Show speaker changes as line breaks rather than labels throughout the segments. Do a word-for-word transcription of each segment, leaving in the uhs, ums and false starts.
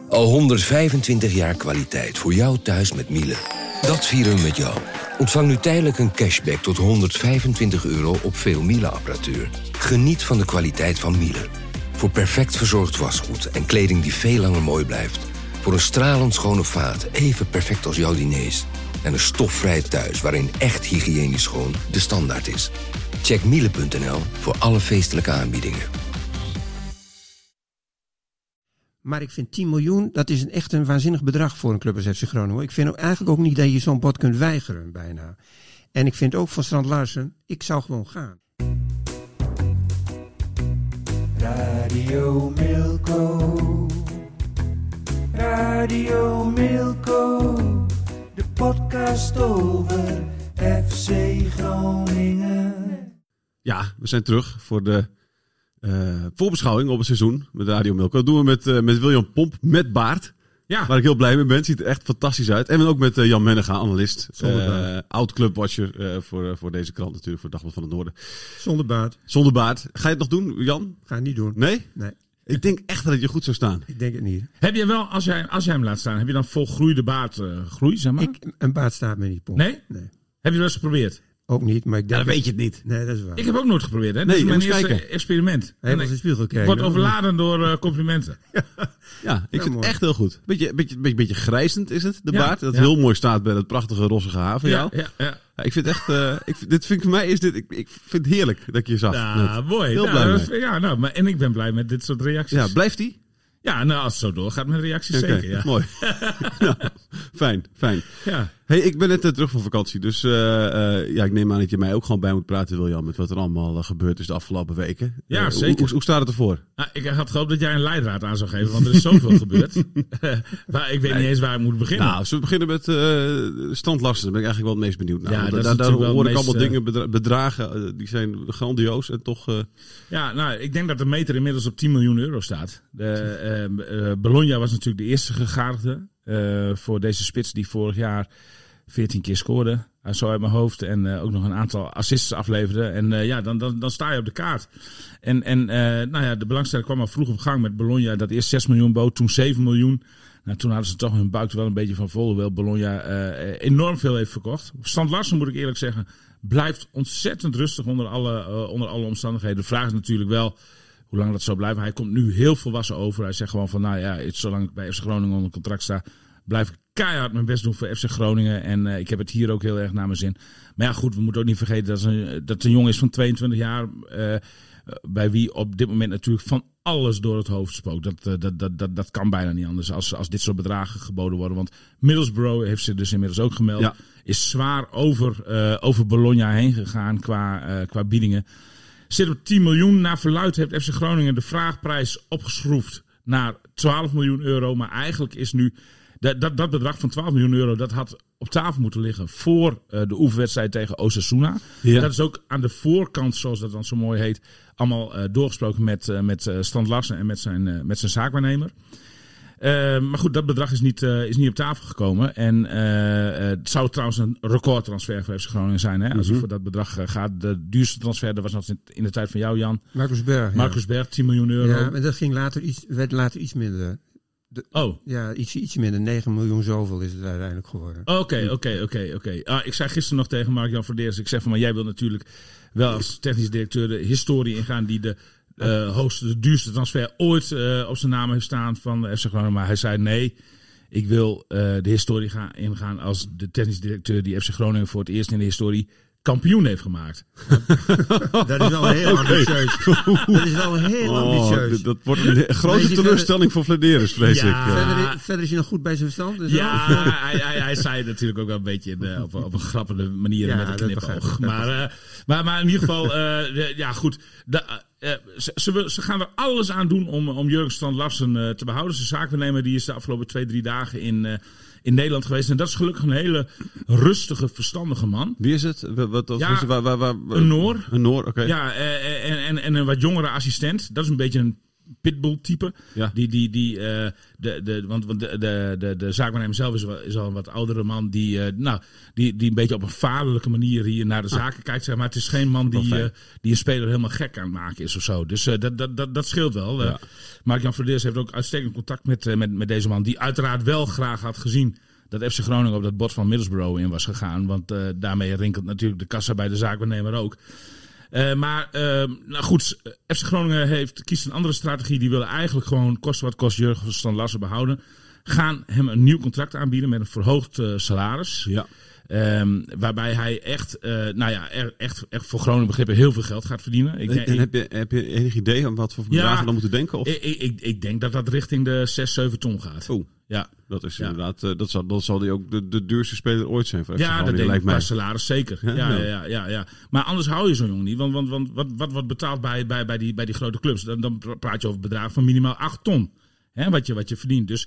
Al honderdvijfentwintig jaar kwaliteit voor jou thuis met Miele. Dat vieren we met jou. Ontvang nu tijdelijk een cashback tot honderdvijfentwintig euro op veel Miele-apparatuur. Geniet van de kwaliteit van Miele. Voor perfect verzorgd wasgoed en kleding die veel langer mooi blijft. Voor een stralend schone vaat, even perfect als jouw diners. En een stofvrij thuis waarin echt hygiënisch schoon de standaard is. Check miele punt n l voor alle feestelijke aanbiedingen.
Maar ik vind tien miljoen, dat is een, echt een waanzinnig bedrag voor een club als F C Groningen. Ik vind ook eigenlijk ook niet dat je zo'n bod kunt weigeren bijna. En ik vind ook van Strand Larsen, ik zou gewoon gaan.
Radio Milko. Radio Milko. De podcast over F C Groningen.
Ja, we zijn terug voor de uh, voorbeschouwing op het seizoen met Radio Milko. Dat doen we met, uh, met William Pomp, met baard. Ja. Waar ik heel blij mee ben. Ziet er echt fantastisch uit. En ook met uh, Jan Mennega, analist. Uh, oud clubwatcher uh, voor, uh, voor deze krant natuurlijk, voor Dagblad van het Noorden.
Zonder baard.
Zonder baard. Ga je het nog doen, Jan?
Ga het niet doen.
Nee?
Nee.
Ik denk echt dat het je goed zou staan.
Ik denk het niet.
Heb je wel, als jij, als jij hem laat staan, heb je dan volgroeide baardgroei, uh, zeg maar?
Ik, een baard staat me niet, Pomp.
Nee?
Nee.
Heb je wel eens geprobeerd?
Ook niet, maar ik denk...
Ja, dan weet je het niet.
Nee, dat is waar.
Ik heb ook nooit geprobeerd, hè?
Nee,
dat is mijn
eerste
kijken. experiment.
Hij heeft in de spiegel gekeken.
Wordt overladen door uh, complimenten.
Ja, ja ik
ja,
vind
mooi.
het echt heel goed. Beetje, beetje, beetje, beetje grijzend is het, de
Ja,
baard. Dat
ja.
heel mooi staat bij dat prachtige rossige haar van
Ja,
jou.
ja, ja.
Ja, ik vind echt, uh, ik, dit vind ik voor mij is dit, ik, ik vind het heerlijk dat ik je zag.
Ja,
net.
mooi.
Heel
nou,
blij
dat is-
mee.
ja, nou, maar, en ik ben blij met dit soort reacties.
Ja, blijft die?
Ja, nou, als het zo doorgaat met reacties
Oké,
zeker, ja.
mooi. Nou, fijn, fijn.
Ja.
Hey, ik ben net uh, terug van vakantie, dus uh, uh, ja, ik neem aan dat je mij ook gewoon bij moet praten, William, met wat er allemaal uh, gebeurd is de afgelopen weken.
Ja,
Uh,
zeker.
Hoe, hoe, hoe staat het ervoor?
Nou, ik had gehoopt dat jij een leidraad aan zou geven, want er is zoveel gebeurd. Maar ik weet niet eens waar ik moet beginnen.
Nou, zullen we beginnen met uh, Strand Larsen? Daar ben ik eigenlijk wel het meest benieuwd naar.
Ja,
Want
dat is
daar daar
natuurlijk wel
hoor ik
het
allemaal
meest,
dingen, bedra- bedragen, uh, die zijn grandioos en toch... Uh,
Ja, nou, ik denk dat de meter inmiddels op tien miljoen euro staat. De, uh, uh, Bologna was natuurlijk de eerste gegadigde uh, voor deze spits die vorig jaar veertien keer scoorde. Uh, zo uit mijn hoofd. En uh, ook nog een aantal assists afleverde. En uh, ja, dan, dan, dan sta je op de kaart. En, en uh, nou ja, de belangstelling kwam al vroeg op gang met Bologna. Dat eerst zes miljoen bood, toen zeven miljoen. Nou, toen hadden ze toch hun buik er wel een beetje van vol. Hoewel Bologna uh, enorm veel heeft verkocht. Strand Larsen, moet ik eerlijk zeggen, blijft ontzettend rustig onder alle, uh, onder alle omstandigheden. De vraag is natuurlijk wel hoe lang dat zou blijven. Hij komt nu heel volwassen over. Hij zegt gewoon van, nou ja, het, zolang ik bij F C Groningen onder contract sta, blijf ik keihard mijn best doen voor F C Groningen. En uh, ik heb het hier ook heel erg naar mijn zin. Maar ja, goed, we moeten ook niet vergeten dat het een, dat een jongen is van tweeëntwintig jaar... Uh, bij wie op dit moment natuurlijk van alles door het hoofd spookt. Dat, dat, dat, dat, dat kan bijna niet anders als, als dit soort bedragen geboden worden. Want Middlesbrough heeft ze dus inmiddels ook gemeld. Ja. Is zwaar over, uh, over Bologna heen gegaan qua, uh, qua biedingen. Zit op tien miljoen. Naar verluidt heeft F C Groningen de vraagprijs opgeschroefd naar twaalf miljoen euro. Maar eigenlijk is nu... Dat, dat, dat bedrag van twaalf miljoen euro, dat had op tafel moeten liggen voor uh, de oefenwedstrijd tegen Osasuna. Ja. Dat is ook aan de voorkant, zoals dat dan zo mooi heet, allemaal uh, doorgesproken met, uh, met uh, Strand Larsen en met zijn, uh, met zijn zaakwaarnemer. Uh, maar goed, dat bedrag is niet, uh, is niet op tafel gekomen. En uh, uh, het zou trouwens een recordtransfer voor F C Groningen zijn. Hè? Als
mm-hmm.
het voor dat bedrag uh, gaat. De duurste transfer, dat was nog in de tijd van jou, Jan.
Marcus Berg.
Marcus
ja.
Berg, tien miljoen euro.
Ja, maar dat ging later iets, werd later iets minder. De,
oh.
Ja, iets, iets minder. negen miljoen zoveel is het uiteindelijk geworden.
Oké, oké, oké, oké. Ah, ik zei gisteren nog tegen Mark-Jan Verdeers. Ik zeg van, maar jij wil natuurlijk wel als technisch directeur de historie ingaan die de uh, hoogste, de duurste transfer ooit uh, op zijn naam heeft staan van F C Groningen. Maar hij zei nee, ik wil uh, de historie gaan ingaan als de technisch directeur die F C Groningen voor het eerst in de historie kampioen heeft gemaakt.
Dat is wel heel okay. ambitieus. Dat is wel heel oh, ambitieus.
Dat wordt een grote teleurstelling voor Flederis, vrees
ja.
ik.
Verder, verder is hij nog goed bij zijn verstand? Dus
ja, hij, hij, hij zei natuurlijk ook wel een beetje de, op, op een grappige manier ja, met een knipoog. Maar, uh, maar, maar in ieder geval, uh, de, ja goed. De, uh, ze, ze, ze gaan er alles aan doen om, om Jurgen Strand Larsen uh, te behouden. Zijn zaakwaarnemer die is de afgelopen twee, drie dagen in... Uh, in Nederland geweest. En dat is gelukkig een hele rustige, verstandige man.
Wie is het? Wat, wat,
ja,
waar, waar, waar, waar,
een Noor.
Een Noor, oké. Okay.
Ja, en, en, en een wat jongere assistent. Dat is een beetje een pitbull-type.
Ja.
Die, die, die, uh, de, de, want want de, de, de, de zaakwaarnemer zelf is, wel, is al een wat oudere man die, uh, nou, die, die een beetje op een vaderlijke manier hier naar de zaken ah. kijkt. Zeg maar het is geen man die, uh, die een speler helemaal gek aan het maken is of zo. Dus uh, dat, dat, dat, dat scheelt wel. Ja. Uh, Mark-Jan Flederis heeft ook uitstekend contact met, uh, met, met deze man. Die uiteraard wel graag had gezien dat F C Groningen op dat bod van Middlesbrough in was gegaan. Want uh, daarmee rinkelt natuurlijk de kassa bij de zaakwaarnemer ook. Uh, maar uh, nou goed, F C Groningen heeft, kiest een andere strategie. Die willen eigenlijk gewoon kost wat kost Jurgen van Larsen behouden. Gaan hem een nieuw contract aanbieden met een verhoogd uh, salaris.
Ja.
Um, waarbij hij echt, uh, nou ja, er, echt, echt voor Groningen begrippen heel veel geld gaat verdienen. Ik denk,
en heb je, heb je enig idee aan wat voor bedragen
ja,
dan moeten denken? Of?
Ik, ik, ik denk dat dat richting de zes, zeven ton gaat.
Oeh,
ja.
Dat is
ja.
inderdaad, uh, dat zal, dat zal die ook de, de duurste speler ooit zijn. Voor
ja, dat denk ik bij salaris zeker. Ja,
ja,
ja, ja, ja, ja, ja. Maar anders hou je zo'n jongen niet. Want, want, want wat, wat wordt betaald bij, bij, bij, die, bij die grote clubs? Dan, dan praat je over bedragen van minimaal acht ton. Hè, wat, je, wat je verdient. Dus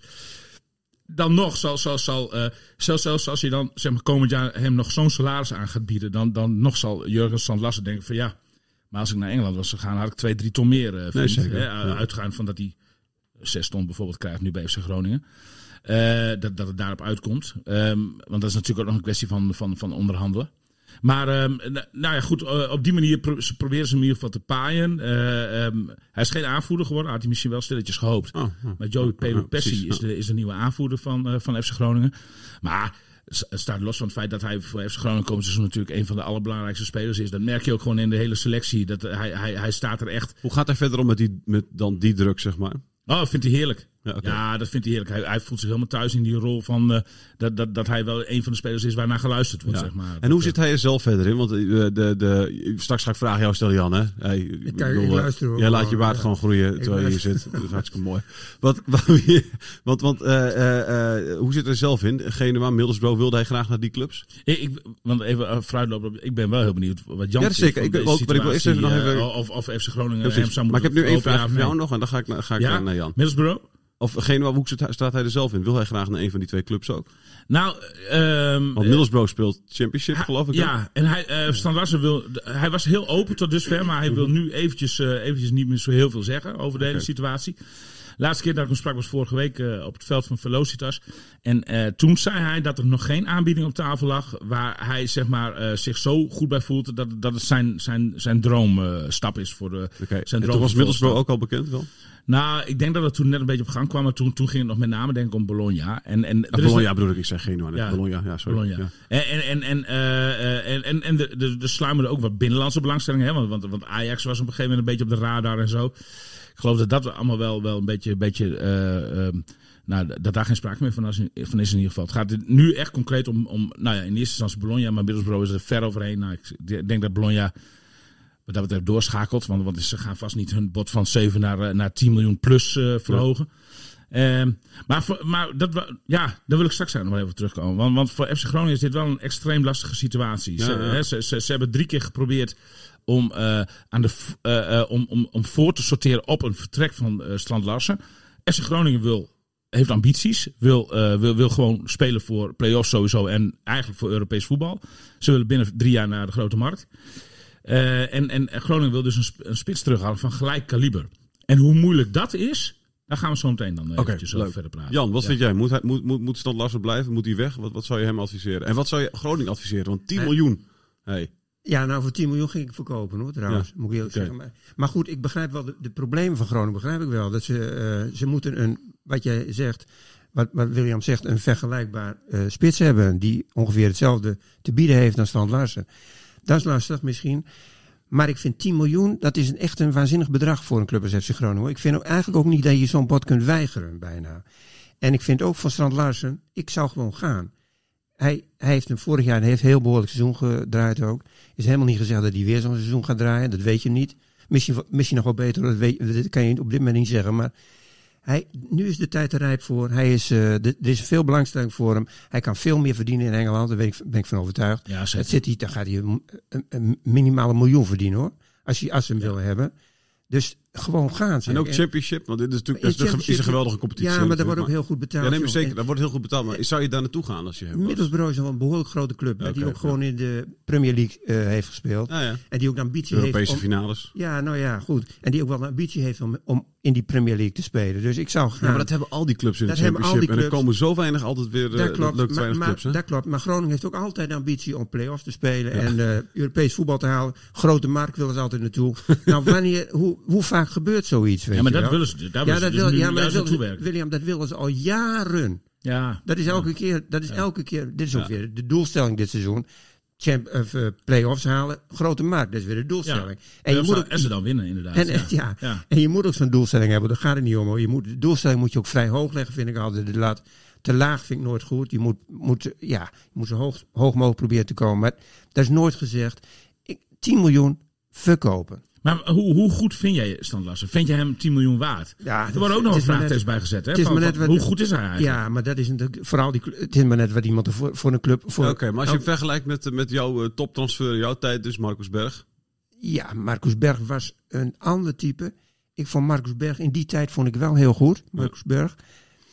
dan nog, zal, zal, zal, uh, zelfs, zelfs als je dan zeg maar, komend jaar hem nog zo'n salaris aan gaat bieden, dan, dan nog zal Jurgen van Larsen denken van ja, maar als ik naar Engeland was gegaan, had ik twee, drie ton meer uh, verdiend. Nee, hè, ja. Uitgaand van dat hij zes ton bijvoorbeeld krijgt nu bij F C Groningen. Uh, dat, dat het daarop uitkomt. Um, want dat is natuurlijk ook nog een kwestie van, van, van onderhandelen. Maar um, nou ja, goed, uh, op die manier pro- proberen ze hem in ieder geval te paaien. Uh, um, hij is geen aanvoerder geworden, had hij misschien wel stilletjes gehoopt. Oh, oh, maar Joey oh, Pelupessi oh, is, de, is de nieuwe aanvoerder van, uh, van F C Groningen. Maar het staat los van het feit dat hij voor F C Groningen komend seizoen natuurlijk een van de allerbelangrijkste spelers is. Dat merk je ook gewoon in de hele selectie. Dat hij, hij, hij staat er echt.
Hoe gaat hij verder om met, die, met dan die druk, zeg maar?
Oh, dat vindt hij heerlijk.
Ja, okay.
ja, dat vindt hij heerlijk. Hij, hij voelt zich helemaal thuis in die rol van uh, dat, dat, dat hij wel een van de spelers is waarnaar geluisterd wordt.
Ja.
Zeg maar.
En hoe zit hij er zelf verder in? Want uh, de, de, straks ga ik vragen jou, stel Jan. Hè? Hey,
ik kan je luisteren.
Jij laat je baard ja. gewoon groeien terwijl je hier zit. Dat is hartstikke mooi. Wat, wat, want want uh, uh, uh, hoe zit hij er zelf in? Genua, Middlesbrough, wilde hij graag naar die clubs?
Ik, ik, want even uh, vooruitlopen. Ik ben wel heel benieuwd wat Jan
ja, zeker. Ik, ook, maar ik wil eerst even nog even.
Uh, of, of F C Groningen
hem
zou
maar ik heb nu één vraag voor jou
nee.
nog en dan ga ik, ga ik
ja?
naar Jan.
Middlesbrough?
Of Genua, hoe staat hij er zelf in? Wil hij graag naar een van die twee clubs ook?
Nou, um,
want Middlesbrough speelt Championship, hij, geloof ik.
Ja, dan? en hij, uh, Stan Larsen wil, hij was heel open tot dusver, maar hij wil nu eventjes, uh, eventjes niet meer zo heel veel zeggen over de okay. hele situatie. Laatste keer dat ik hem sprak was vorige week uh, op het veld van Velocitas. En uh, toen zei hij dat er nog geen aanbieding op tafel lag waar hij zeg maar, uh, zich zo goed bij voelt dat, dat het zijn, zijn, zijn droomstap uh, is voor de
okay.
zijn
droom. Toen was Middlesbrough ook al bekend wel?
Nou, ik denk dat het toen net een beetje op gang kwam, maar toen, toen ging het nog met name denk ik om Bologna. En, en
ah, Bologna een... bedoel ik, ik zeg Genua. Ja, Bologna, ja, sorry.
Bologna.
Ja.
En, en, en, uh, en, en, en de, de, de sluimerde ook wat binnenlandse belangstellingen, hè? Want, want, want Ajax was op een gegeven moment een beetje op de radar en zo. Ik geloof dat dat allemaal wel, wel een beetje, beetje uh, um, nou, dat daar geen sprake meer van is, van is in ieder geval. Het gaat nu echt concreet om, om nou ja, in eerste instantie Bologna, maar Middlesbrough is er ver overheen. Nou, ik denk dat Bologna wat dat betreft doorschakelt, want, want ze gaan vast niet hun bod van zeven naar, naar tien miljoen plus uh, verhogen. Ja. Um, maar maar dat, ja, daar wil ik straks nog even terugkomen. Want, want voor F C Groningen is dit wel een extreem lastige situatie. Ja, ze, ja. Hè, ze, ze, ze hebben drie keer geprobeerd om, uh, aan de, uh, uh, om, om, om voor te sorteren op een vertrek van uh, Strand Larsen. F C Groningen wil, heeft ambities, wil, uh, wil, wil gewoon spelen voor play-offs sowieso en eigenlijk voor Europees voetbal. Ze willen binnen drie jaar naar de grote markt. Uh, en, en Groningen wil dus een, sp- een spits terughalen van gelijk kaliber. En hoe moeilijk dat is, daar gaan we zo meteen dan
okay,
eventjes over verder praten.
Jan, wat
ja.
vind jij? Moet, hij, moet, moet, moet Strand Larsen blijven? Moet hij weg? Wat, wat zou je hem adviseren? En wat zou je Groningen adviseren? Want tien miljoen. Hey.
Ja, nou voor tien miljoen ging ik verkopen hoor, trouwens. Ja. Moet ik eerlijk okay. zeggen. Maar, maar goed, ik begrijp wel de, de problemen van Groningen. Begrijp ik wel. Dat ze, uh, ze moeten een, wat jij zegt, wat, wat William zegt, een vergelijkbaar uh, spits hebben. Die ongeveer hetzelfde te bieden heeft dan Strand Larsen. Dat is lastig misschien. Maar ik vind tien miljoen, dat is een, echt een waanzinnig bedrag voor een club als F C Groningen. Ik vind ook eigenlijk ook niet dat je zo'n bod kunt weigeren bijna. En ik vind ook van Strand Larsen, ik zou gewoon gaan. Hij, hij heeft een vorig jaar een heeft heel behoorlijk seizoen gedraaid ook. Is helemaal niet gezegd dat hij weer zo'n seizoen gaat draaien. Dat weet je niet. Misschien, misschien nog wel beter, dat, weet, dat kan je op dit moment niet zeggen. Maar hij, nu is de tijd er rijp voor. Hij is, uh, de, er is veel belangstelling voor hem. Hij kan veel meer verdienen in Engeland. Daar ben ik, ben ik van overtuigd. Ja, dat zit hij, dan gaat hij een, een, een minimale miljoen verdienen hoor. Als hij, als hij hem ja. wil hebben. Dus gewoon gaan. Zeg.
En ook championship, want dit is natuurlijk is, de, is een geweldige competitie.
Ja, maar dat wordt ook heel goed betaald.
Ja, nee, maar
joh.
zeker, dat wordt heel goed betaald. Maar zou je daar naartoe gaan als je hem was?
Middlesbrough is wel een behoorlijk grote club. Okay, die ook ja. gewoon in de Premier League uh, heeft gespeeld.
Ah, ja.
En die ook de ambitie
Europese
heeft...
Europese finales.
Ja, nou ja, goed. En die ook wel de ambitie heeft om, om in die Premier League te spelen. Dus ik zou gaan.
Ja, maar dat hebben al die clubs in de
dat
championship. En er komen zo weinig altijd weer...
Dat klopt,
dat lukt
maar,
weinig
maar,
clubs, hè?
Dat klopt. Maar Groningen heeft ook altijd de ambitie om play-offs te spelen. Ja. En uh, Europees voetbal te halen. Grote markt willen ze altijd naartoe. Nou, wanneer, hoe, hoe vaak gebeurt zoiets? Weet
ja, maar
je
dat
wel?
willen ze. Daar
ja,
dat
wil,
dus
ja, maar dat
wil,
willen, William, dat willen ze al jaren.
Ja.
Dat is elke
ja.
keer. Dat is
ja.
elke keer. Dit is ook
ja.
weer de doelstelling dit seizoen. Champ, of, uh, play-offs halen, grote markt. Dat is weer de doelstelling.
Ja.
En, je moet ook,
en ze dan winnen, inderdaad.
En,
ja.
Ja.
Ja.
en je moet ook zo'n doelstelling hebben. Daar gaat het niet om. Hoor. Je moet, de doelstelling moet je ook vrij hoog leggen, vind ik altijd. De laat te laag vind ik nooit goed. Je moet, moet, ja, je moet zo hoog, hoog mogelijk proberen te komen. Maar dat is nooit gezegd. Ik, tien miljoen verkopen.
Maar hoe, hoe goed vind jij Stan Larsen? Vind je hem tien miljoen waard?
Ja,
er wordt ook nog een vraagtest bij gezet. Hè? Van, van, wat, hoe goed is hij eigenlijk?
Ja, maar dat is een, vooral die, het is maar net wat iemand voor, voor een club... Oké,
okay, maar als je hem vergelijkt met, met jouw uh, toptransfer, jouw tijd, dus Marcus Berg.
Ja, Marcus Berg was een ander type. Ik vond Marcus Berg in die tijd vond ik wel heel goed. Marcus ja. Berg.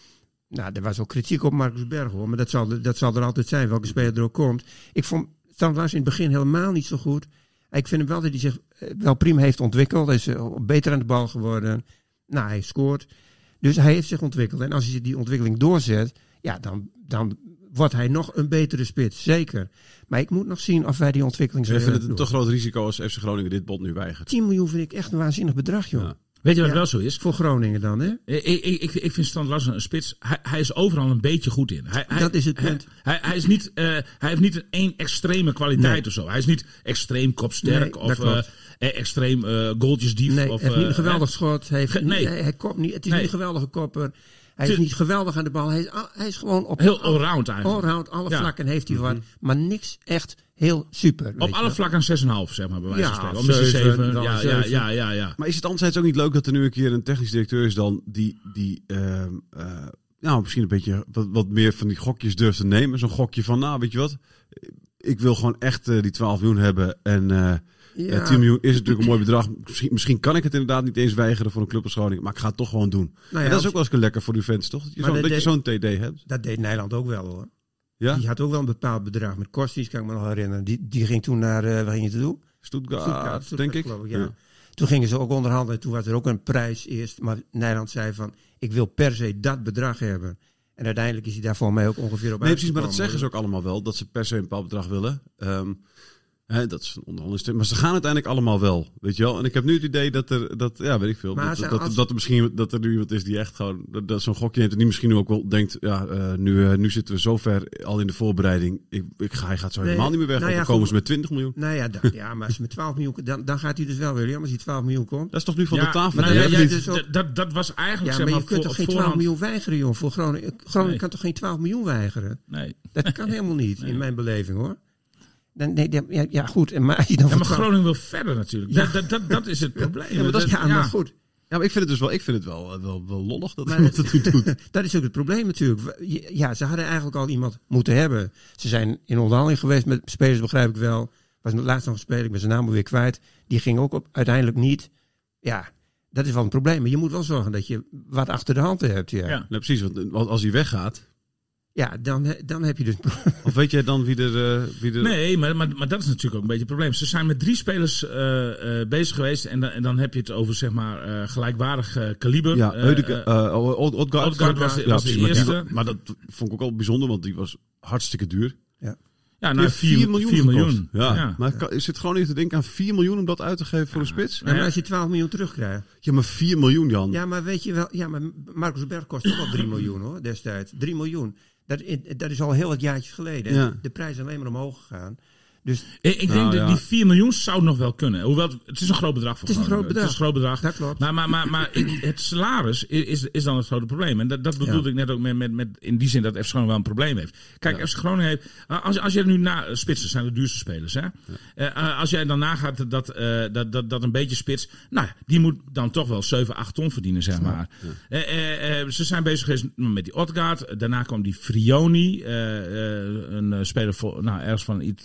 Nou, er was ook kritiek op Marcus Berg hoor. Maar dat zal, dat zal er altijd zijn, welke speler er ook komt. Ik vond Stan Larsen in het begin helemaal niet zo goed. Ik vind hem wel dat hij zich wel prima heeft ontwikkeld. Hij is beter aan de bal geworden. Nou, hij scoort. Dus hij heeft zich ontwikkeld. En als hij die ontwikkeling doorzet, ja, dan, dan wordt hij nog een betere spits. Zeker. Maar ik moet nog zien of wij die ontwikkeling zullen doen.
Ik vind het een te groot risico als F C Groningen dit bod nu weigert.
tien miljoen vind ik echt een waanzinnig bedrag, joh. Ja.
Weet je wat
ja,
wel zo is?
Voor Groningen dan, hè?
Ik, ik, ik vind Stan Larsen een spits. Hij, hij is overal een beetje goed in. Hij,
dat is het punt.
Hij, hij, hij, is niet, uh, hij heeft niet een één extreme kwaliteit nee. of zo. Hij is niet extreem kopsterk nee, of uh, extreem uh, goaltjesdief.
Nee,
of,
hij heeft niet een geweldig
uh,
schot. Hij heeft,
nee.
hij, hij kopt niet, het is
nee.
niet een geweldige kopper. Hij is niet geweldig aan de bal. Hij is, hij is gewoon op...
Heel allround eigenlijk.
Allround, alle
ja.
vlakken heeft hij
mm-hmm.
wat. Maar niks echt heel super.
Op alle vlakken een zes komma vijf, zeg maar, bij wijze van
ja,
spreken. Om de zeven. Ja, ja, ja, ja, ja.
Maar is het anderzijds ook niet leuk dat er nu een keer een technisch directeur is dan die... die uh, uh, nou, misschien een beetje wat, wat meer van die gokjes durft te nemen. Zo'n gokje van, nou, weet je wat? Ik wil gewoon echt uh, die twaalf miljoen hebben en... Uh, Ja. Uh, tien miljoen is natuurlijk een mooi bedrag. Misschien, misschien kan ik het inderdaad niet eens weigeren voor een club als Groningen. Maar ik ga het toch gewoon doen. Nou ja, en dat is ook wel eens lekker voor uw fans, toch? Dat je, zo, dat deed, je zo'n T D hebt.
Dat deed Nijland ook wel, hoor.
Ja?
Die had ook wel een bepaald bedrag. Met Kostis kan ik me nog herinneren. Die, die ging toen naar... Uh, waar ging je te doen?
Stuttgart, Stuttgart, Stuttgart denk ik.
ik ja. Ja. Toen gingen ze ook onderhandelen. En toen was er ook een prijs eerst. Maar Nijland zei van... Ik wil per se dat bedrag hebben. En uiteindelijk is hij daar voor mij ook ongeveer op
Nee, precies. Maar dat zeggen ze ook allemaal wel. Dat ze per se een bepaald bedrag willen. Um, He, dat is een onderhandeling. Maar ze gaan uiteindelijk allemaal wel, weet je wel. En ik heb nu het idee dat er, dat, ja, weet ik veel. Dat, dat, dat, als... dat er misschien, dat er nu iemand is die echt gewoon, dat, dat zo'n gokje heeft en die misschien nu ook wel denkt, ja, uh, nu, uh, nu zitten we zo ver al in de voorbereiding. Ik, ik ga, hij gaat zo helemaal nee, niet meer weg. Nou ja, dan komen ze met twintig miljoen.
Nou ja, dat, ja, maar als ze met twaalf miljoen, dan, dan gaat hij dus wel weer. Als hij twaalf miljoen komt.
Dat is toch nu van
ja,
de tafel?
Nou ja, ja, dus ook, dat, dat was eigenlijk,
ja,
zeg
maar
maar,
je kunt
voor,
toch geen
voorhand...
twaalf miljoen weigeren, joh. Voor Groningen, Groningen
nee.
kan toch geen twaalf miljoen weigeren?
Nee.
Dat kan helemaal niet, nee. in mijn beleving, hoor. Dan, nee, ja, ja, goed. En maar, dan
ja, maar Groningen wil verder natuurlijk. Ja. Dat, dat, dat, dat is het probleem.
Ja, maar, dat, ja, ja. maar goed.
Ja, maar ik vind het dus wel, ik vind het wel, wel, wel lollig dat iemand het niet doet.
Dat is ook het probleem natuurlijk. Ja, ze hadden eigenlijk al iemand moeten hebben. Ze zijn in onderhandeling geweest met spelers, begrijp ik wel. Was het laatst nog een speler, ik ben zijn naam weer kwijt. Die ging ook op, uiteindelijk niet. Ja, dat is wel een probleem. Maar je moet wel zorgen dat je wat achter de hand hebt. Ja,
ja.
Nou, precies. Want als hij weggaat...
Ja, dan, dan heb je dus...
Of weet jij dan wie er... Uh, wie er...
Nee, maar, maar, maar dat is natuurlijk ook een beetje het probleem. Ze zijn met drie spelers uh, uh, bezig geweest. En, da, en dan heb je het over, zeg maar, uh, gelijkwaardig uh, kaliber.
Ja, Eudeke, uh, uh, Odgaard.
Odgaard was de, was
ja,
de
maar
eerste.
Die, maar dat vond ik ook al bijzonder, want die was hartstikke duur.
Ja.
Ja, nou, vier miljoen. vier miljoen.
Ja. Ja. Maar is het gewoon niet te denken aan vier miljoen om dat uit te geven voor
ja.
een spits?
Ja, maar als je twaalf miljoen terugkrijgt.
Ja, maar vier miljoen, Jan.
Ja, maar weet je wel... Ja, maar Marcus Berg kost ook al drie miljoen, hoor, destijds. drie miljoen. Dat, dat is al heel wat jaartjes geleden. Ja. De prijs is alleen maar omhoog gegaan. Dus,
ik ik denk nou, dat ja. die vier miljoen zou nog wel kunnen. Hoewel, het, het is een groot bedrag voor
het is een groot bedrag.
Het is een groot bedrag.
Dat klopt.
Maar, maar, maar, maar het salaris is, is dan het grote probleem. En dat, dat bedoelde ja. ik net ook met, met, met in die zin dat F C Groningen wel een probleem heeft. Kijk, ja. F C Groningen heeft... Als, als je er nu na... Spitsen zijn de duurste spelers, hè? Ja. Uh, als jij dan nagaat dat, uh, dat, dat, dat een beetje spits... Nou, die moet dan toch wel zeven, acht ton verdienen, zeg maar. Ja. Uh, uh, uh, ze zijn bezig geweest met die Odgaard. Daarna kwam die Frioni. Uh, uh, een speler voor, nou, ergens van een Italiaanse club.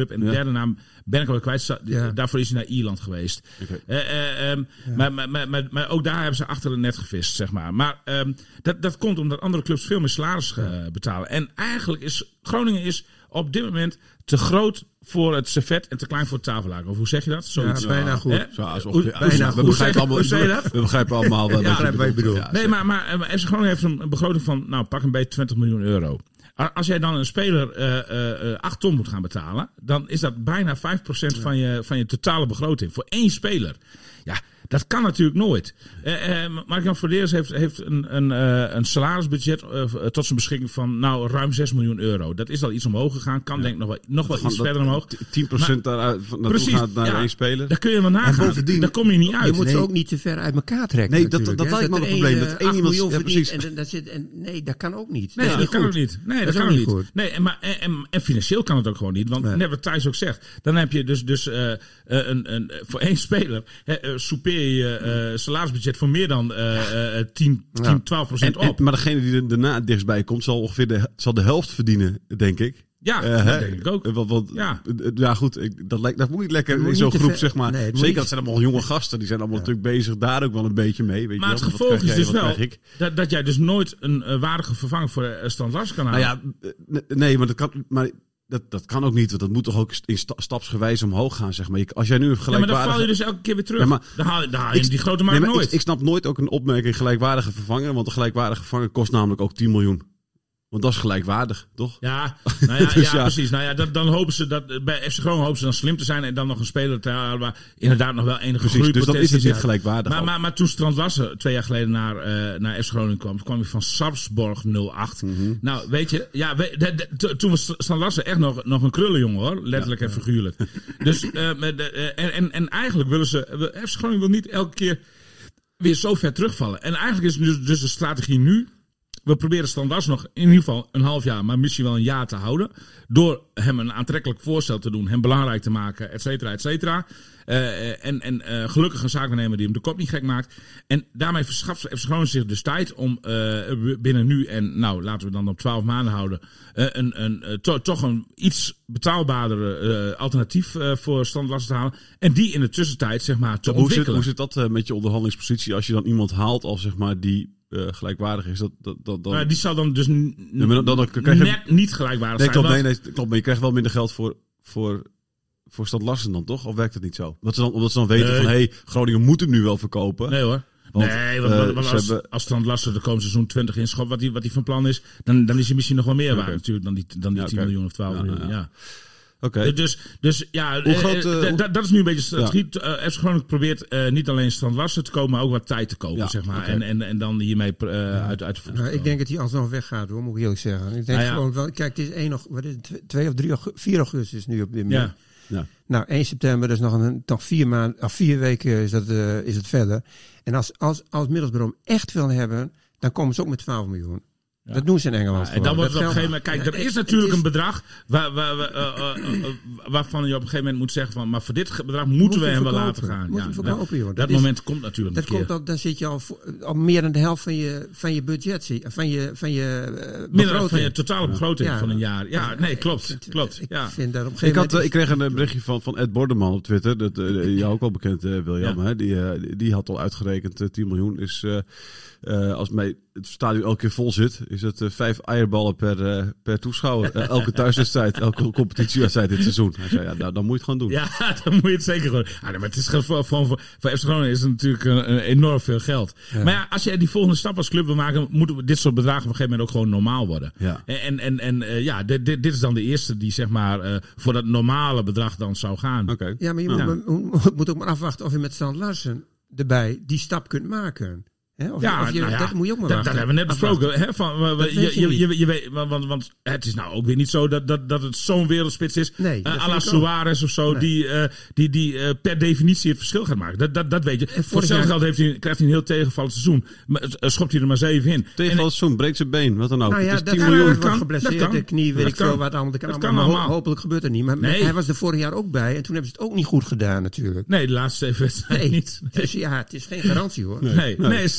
club. En de ja. derde naam ben ik alweer kwijt. Ja. Daarvoor is hij naar Ierland geweest. Okay. Uh, uh, um, ja. maar, maar, maar, maar, maar ook daar hebben ze achter het net gevist, zeg maar. Maar um, dat, dat komt omdat andere clubs veel meer salaris uh, betalen. En eigenlijk is Groningen is op dit moment te groot voor het servet en te klein voor het tafellaken. Of hoe zeg je dat? Zoiets.
Ja, bijna goed.
Zo, alsof, ja, bijna goed. We begrijpen allemaal, we, we begrijpen allemaal wat
ja, je bedoelt.
Ja, nee, maar, maar F C Groningen heeft een begroting van, nou, pak een beetje twintig miljoen euro. Als jij dan een speler uh, uh, acht ton moet gaan betalen, dan is dat bijna vijf procent ja. van, je, van je totale begroting. Voor één speler. Ja, dat kan natuurlijk nooit. Uh, uh, Mark-Jan Verdeers heeft, heeft een, een, uh, een salarisbudget uh, tot zijn beschikking van nou, ruim zes miljoen euro. Dat is al iets omhoog gegaan. Kan ja. denk ik nog wel, nog wel iets verder omhoog.
tien procent daaruit precies, gaat naar ja, één speler.
Daar kun je wel nagaan. Daar kom je niet uit.
Je moet
nee.
ze ook niet te ver uit elkaar trekken.
Nee, dat, dat, dat lijkt me een probleem. Dat één iemand
ja, precies. En, dat zit, en, nee, dat kan ook niet.
Nee,
dat,
dat
dat
kan ook niet. Nee, dat, dat kan ook niet. Goed. Nee, en, maar, en, en, en financieel kan het ook gewoon niet. Want nee. net wat Thijs ook zegt. Dan heb je dus, dus uh, een, een, voor één speler uh, soupeer je uh, salarisbudget voor meer dan uh, uh, tien, twaalf procent op.
En, maar degene die er daarna dichtstbij komt, zal ongeveer de, zal de helft verdienen, denk ik.
Ja,
uh,
dat
hè?
denk ik ook.
Want, want,
ja.
ja, goed, ik, dat, lijkt, dat moet niet lekker in zo'n groep, ver, zeg maar. Nee, Zeker, dat zijn allemaal jonge gasten. Die zijn allemaal ja. natuurlijk bezig daar ook wel een beetje mee. Weet
maar
je
het
wel?
gevolg is dus wel dat, dat jij dus nooit een uh, waardige vervanger voor uh, Stan Larsen kan halen.
Nou ja, nee, maar dat kan... Maar, Dat, dat kan ook niet, want dat moet toch ook in sta, stapsgewijs omhoog gaan, zeg maar. Als jij nu een gelijkwaardige...
Ja, maar dan val je dus elke keer weer terug. Ja, maar dan haal je, dan haal je
ik,
die grote markt nee, nooit.
Ik, ik snap nooit ook een opmerking gelijkwaardige vervanger, want een gelijkwaardige vervanger kost namelijk ook tien miljoen. Want dat is gelijkwaardig, toch?
Ja, nou ja,
dus
ja,
ja.
precies. Nou ja, dan, dan hopen ze dat bij F C Groningen hopen ze dan slim te zijn en dan nog een speler te halen waar inderdaad nog wel enige groei.
Dus dat is het niet gelijkwaardig.
Maar, maar, maar toen Strand Larsen twee jaar geleden naar, uh, naar F C Groningen kwam, kwam hij van Sarpsborg nul acht. Mm-hmm. Nou, weet je, ja, we, de, de, toen was Strand Larsen echt nog, nog een krullenjongen hoor, letterlijk ja, en figuurlijk. Dus uh, de, uh, en, en, en eigenlijk willen ze, F C Groningen wil niet elke keer weer zo ver terugvallen. En eigenlijk is dus, dus de strategie nu. We proberen Stan Larsen nog in ieder geval een half jaar, maar misschien wel een jaar te houden. Door hem een aantrekkelijk voorstel te doen, hem belangrijk te maken, et cetera, et cetera. Uh, en en uh, gelukkig een zaakwaarnemer die hem de kop niet gek maakt. En daarmee verschaft F C Groningen zich dus tijd om uh, binnen nu en nou laten we dan op twaalf maanden houden. Uh, een, een, uh, to, toch een iets betaalbaardere uh, alternatief uh, voor Stan Larsen te halen. En die in de tussentijd zeg maar te
hoe
ontwikkelen.
Zit, hoe zit dat uh, met je onderhandelingspositie als je dan iemand haalt als zeg maar die... Uh, gelijkwaardig is. Dat, dat, dat, dan...
uh, die zal dan dus n-
ja, dan, dan, dan krijg je...
net niet gelijkwaardig
nee,
zijn.
Klopt, nee, nee, klopt, maar je krijgt wel minder geld voor, voor, voor Stan Larsen dan, toch? Of werkt het niet zo? Omdat ze dan, omdat ze dan weten nee. van, hé, hey, Groningen moet hem nu wel verkopen.
Nee hoor. Want, nee, want, uh, want als, hebben... als Stan Larsen de komende seizoen twintig inschot, wat hij wat van plan is, dan, dan is hij misschien nog wel meer waard okay. natuurlijk dan die, dan die ja, tien okay. miljoen of twaalf ja, miljoen. Ja. ja.
Okay.
Dus, dus ja,
hoe groot, uh,
d- d- dat is nu een beetje strategie. Ja. Uh, F C Groningen probeert uh, niet alleen Stan Larsen te komen, maar ook wat tijd te kopen, ja, zeg maar. Okay. En, en, en dan hiermee uh, ja. uit, uit de voet.
Nou, ik denk dat hij alsnog weggaat, hoor, moet ik eerlijk zeggen. Ik denk ah, ja. gewoon wel, kijk, het is één nog, wat is het, twee of drie, vier augustus nu op dit moment. Ja. Ja. Nou, één september, dat is nog een, nog vier maanden, of vier weken is dat, uh, is het verder. En als, als, als Middelsbroom echt wil hebben, dan komen ze ook met twaalf miljoen. Ja. Dat doen ze in Engeland.
Ja, en dan wordt het op een gegeven moment. Kijk, er is natuurlijk is, een bedrag waar, waar, waar, uh, uh, uh, waarvan je op een gegeven moment moet zeggen van, maar voor dit bedrag moeten moet we hem wel laten gaan.
Moet
ja,
verkopen, joh. Dat,
dat
is,
moment komt natuurlijk.
Dat
een keer.
komt ook. Dan zit je al voor, al meer dan de helft van je van je budget, van je van je uh,
begroting. Van je totale begroting ja. van een jaar. Ja, nee, klopt, ik, klopt.
Ik,
ja.
vind dat op een
ik, had, ik kreeg een berichtje van van Ed Borderman op Twitter, dat uh, jou ook wel bekend, uh, William, ja. hè? Die, uh, die, die had al uitgerekend uh, tien miljoen is. Uh, Uh, als mij het stadion elke keer vol zit, is het uh, vijf eierballen per, uh, per toeschouwer. Uh, elke thuiswedstrijd, elke competitiewedstrijd dit seizoen. Hij zei, ja, nou, dan moet je het gewoon doen.
Ja, dan moet je het zeker doen. Ah, maar het is gewoon voor, voor, voor F C Groningen is het natuurlijk een, een enorm veel geld. Ja. Maar ja, als je die volgende stap als club wil maken, moeten dit soort bedragen op een gegeven moment ook gewoon normaal worden. Ja. En, en, en uh, ja, dit, dit, dit is dan de eerste die zeg maar uh, voor dat normale bedrag dan zou gaan.
Okay.
Ja, maar je
ja.
moet, moet, moet ook maar afwachten of je met Stan Larsen erbij die stap kunt maken. He, of,
ja,
of je,
nou ja,
dat moet je ook maar
dat, dat hebben we net besproken. Hè, van, we, je, je, je, je weet, want, want het is nou ook weer niet zo dat, dat, dat het zo'n wereldspits is. Nee, uh, à la Suarez of zo, nee. die, uh, die, die uh, per definitie het verschil gaat maken. Dat, dat, dat weet je. En voor hetzelfde geld heeft hij, krijgt hij een heel tegenvallend seizoen. Maar, uh, schopt hij er maar zeven in.
Tegenvallend seizoen, breekt zijn been, wat dan ook.
Nou ja,
het is
dat
tien miljoen.
wordt geblesseerd, de knie, weet ik veel wat allemaal. Dat kan allemaal, maar allemaal. Ho- hopelijk gebeurt er niet. Maar nee. hij was er vorig jaar ook bij en toen hebben ze het ook niet goed gedaan natuurlijk.
Nee, de laatste zeven wedstrijden
nee.
niet.
Nee. Dus ja, het is geen garantie hoor.
Nee, nee. nee zeker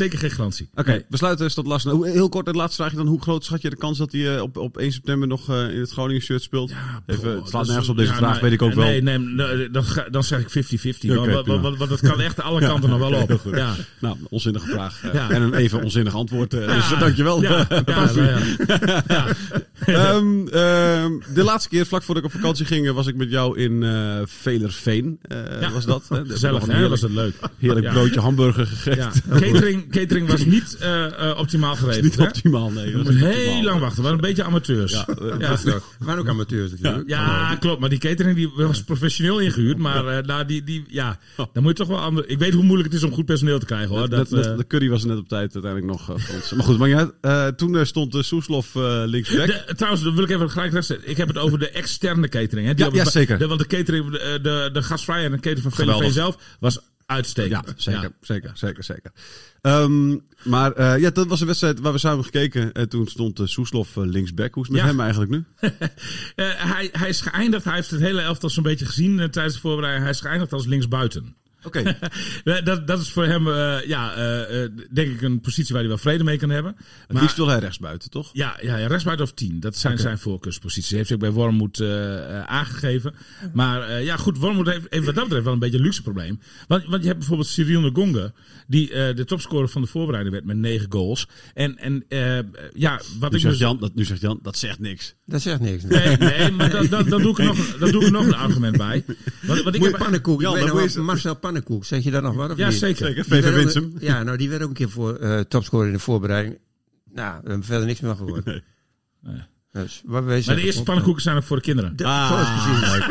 zeker geen garantie.
Oké, okay,
nee.
we sluiten tot last. Heel kort, het laatste vraagje dan. Hoe groot schat je de kans dat hij uh, op, op één september nog uh, in het Groningen shirt speelt?
Ja,
Even,
boh,
het slaat
is,
nergens op deze
ja,
vraag,
nee,
weet ik ook
nee,
wel.
Nee, nee, dan, dan zeg ik vijftig vijftig.
Okay,
want, want, want, want dat kan echt alle kanten ja, nog wel op. Ja.
Nou, onzinnige vraag. Uh,
ja.
En een even onzinnig antwoord. Uh,
ja.
Dus uh, dankjewel.
Ja, ja, ja, ja.
ja. um, um, de laatste keer, vlak voordat ik op vakantie ging, was ik met jou in uh, Velerveen. Uh,
ja.
Was dat? Hè?
Gezellig, hè? Was het leuk.
Heerlijk ja. broodje hamburger gegeten.
Ja. Catering, catering was niet uh, uh, optimaal geregeld.
Niet
hè?
optimaal, nee.
We moesten heel optimaal. lang wachten. We waren een beetje amateurs.
Ja, uh,
ja.
We waren ook amateurs natuurlijk.
Ja, ja, klopt. Maar die catering die was professioneel ingehuurd. Maar uh, nou, die, die, ja, dan moet je toch wel anders. Ik weet hoe moeilijk het is om goed personeel te krijgen, hoor. Dat,
dat,
uh...
de curry was net op tijd uiteindelijk nog uh, voor ons. Maar goed, maar ja, uh, toen uh, stond uh, Soeslof uh, linksback.
De, trouwens, dan wil ik even gelijk rechtzetten. Ik heb het over de externe catering. Hè, die
ja, ja,
het,
zeker.
De, want de catering, de, de, de gasvrije en de catering van V V V zelf was uitstekend.
Ja, zeker,
ja.
zeker, zeker, zeker. Um, maar uh, ja, dat was een wedstrijd waar we samen gekeken. En toen stond uh, Soeslof uh, linksback. Hoe is het met
ja.
hem eigenlijk nu?
uh, hij, hij is geëindigd. Hij heeft het hele elftal zo'n beetje gezien uh, tijdens de voorbereiding. Hij is geëindigd als linksbuiten.
Oké.
Okay. dat, dat is voor hem, uh, ja, uh, uh, denk ik een positie waar hij wel vrede mee kan hebben.
Het liefst wil hij rechtsbuiten, toch?
Ja, ja, ja, rechtsbuiten of tien. Dat zijn okay. zijn voorkeursposities. Heeft hij ook bij Wormoed uh, uh, aangegeven. Maar uh, ja, goed, Wormoed heeft, heeft wat dat betreft wel een beetje een luxe probleem. Want, want je hebt bijvoorbeeld Cyril Ngonge, die uh, de topscorer van de voorbereiding werd met negen goals. En, en uh, ja, wat
nu
ik
zegt
dus...
Jan, dat, nu zegt Jan, dat zegt niks.
Dat zegt niks. Nee,
nee, nee maar dan da, da doe, da doe ik er nog een argument bij. Want, want ik
Moe
heb...
Pannenkoek,
Jan,
ik weet nog wel, Marcel Pannenkoek, zeg je dat nog wat? Of
ja,
niet?
zeker.
zeker. V V Winsum.
Ja, nou die werd ook een keer voor uh, topscorer in de voorbereiding. Nou, we hebben verder niks meer van gehoord. Nee.
Nee.
Dus, wat wij
maar de eerste pannenkoeken zijn ook voor de kinderen.
De,
ah.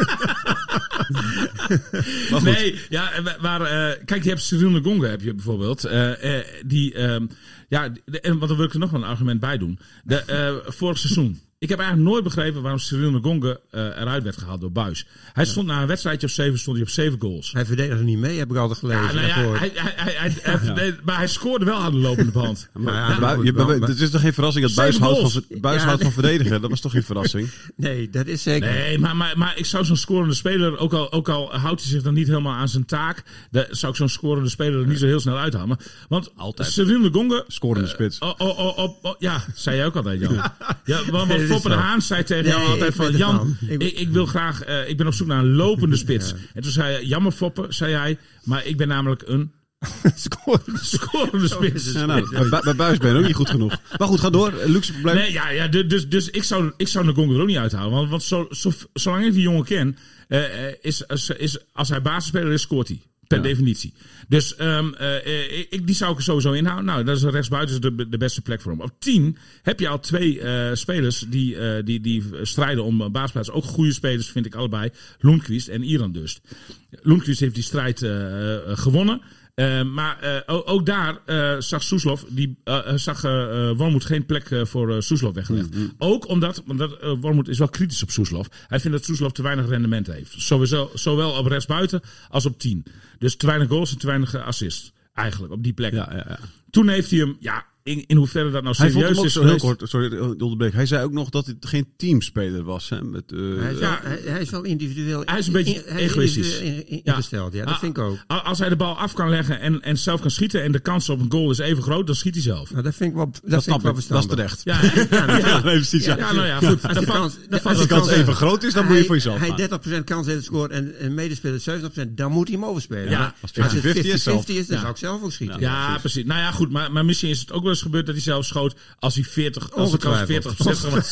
Nee, ja, waar, uh, kijk, je hebt Cyril Ngonge heb je bijvoorbeeld. Uh, uh, die, uh, ja, de, en want dan wil ik er nog wel een argument bij doen. De, uh, vorig seizoen. Ik heb eigenlijk nooit begrepen waarom Cyril Ngonge uh, eruit werd gehaald door Buijs. Hij stond na een wedstrijdje of zeven, stond hij op zeven goals.
Hij verdedigde niet mee, heb ik altijd gelezen.
Ja, nou ja, hij, hij, hij, hij, hij verdeed, maar hij scoorde wel aan de lopende band.
Maar, ja, ja, maar, je, maar, maar, het is toch geen verrassing dat Buijs houdt van, Buijs ja, houdt van verdedigen? Dat was toch geen verrassing?
Nee, dat is zeker.
Nee, maar, maar, maar ik zou zo'n scorende speler, ook al, ook al houdt hij zich dan niet helemaal aan zijn taak, de, zou ik zo'n scorende speler er niet zo heel snel uithalen. Want
altijd.
Cyril Ngonge...
Scorende spits.
Uh, oh, oh, oh, oh, ja, zei jij ook altijd, Jan. Ja, want nee, Foppe de Haan zei tegen jou nee, altijd van, Jan, ik, ik wil graag, uh, ik ben op zoek naar een lopende spits. Ja. En toen zei hij, jammer Foppe, zei hij, maar ik ben namelijk een scorende, scorende spits.
Ja, nou, bij, bij Buijs ben je ook niet goed genoeg. Maar goed, ga door. Luxe probleem.
Nee, ja, ja, dus, dus ik zou, ik zou Ngonge er ook niet uithalen. Want, want zo, zo, zolang ik die jongen ken, uh, is, is, is, als hij basisspeler is, scoort hij. Per ja. definitie. Dus um, uh, ik, die zou ik er sowieso inhouden. Nou, dat is rechtsbuiten de, de beste plek voor hem. Op tien heb je al twee uh, spelers die, uh, die, die strijden om basisplaats. Ook goede spelers, vind ik allebei. Lundqvist en Iran dus. Lundqvist heeft die strijd uh, uh, gewonnen. Uh, maar uh, ook, ook daar uh, zag Soeslof, die uh, zag uh, Wormoed geen plek uh, voor uh, Soeslof weggelegd. Mm-hmm. Ook omdat, omdat uh, Wormoed is wel kritisch op Soeslof. Hij vindt dat Soeslof te weinig rendement heeft. Sowieso, zowel op rechtsbuiten als op tien. Dus te weinig goals en te weinig assists. Eigenlijk, op die plek.
Ja, ja, ja.
Toen heeft hij hem, ja, in, in hoeverre dat nou serieus
hij
is
zo heel kort, sorry, onderbreek. Hij zei ook nog dat het geen teamspeler was. Hè, met, uh,
hij, is wel, ja, hij, hij is wel individueel.
Hij is een beetje in, egoïstisch.
In, in, ingesteld, ja, ja dat
a,
vind ik ook.
Als hij de bal af kan leggen en, en zelf kan schieten en de kans op een goal is even groot, dan schiet hij zelf.
Nou, dat vind ik wel, dat
dat
vind ik wel verstandig.
Dat is terecht.
Ja, ja, ja, ja,
nee, precies, ja.
ja, nou ja, goed.
Als de kans,
dat
als
de kans even groot is, dan moet je voor jezelf
hij
gaan.
dertig procent kans heeft te scoren en een medespeler zeventig procent, dan moet hij hem overspelen.
Ja,
als het vijftig vijftig is, dan zou ik zelf ook schieten.
Ja, precies. Nou ja, goed, maar misschien is het ook wel eens gebeurd dat hij zelf schoot als hij veertig, als de kans veertig op zestig was.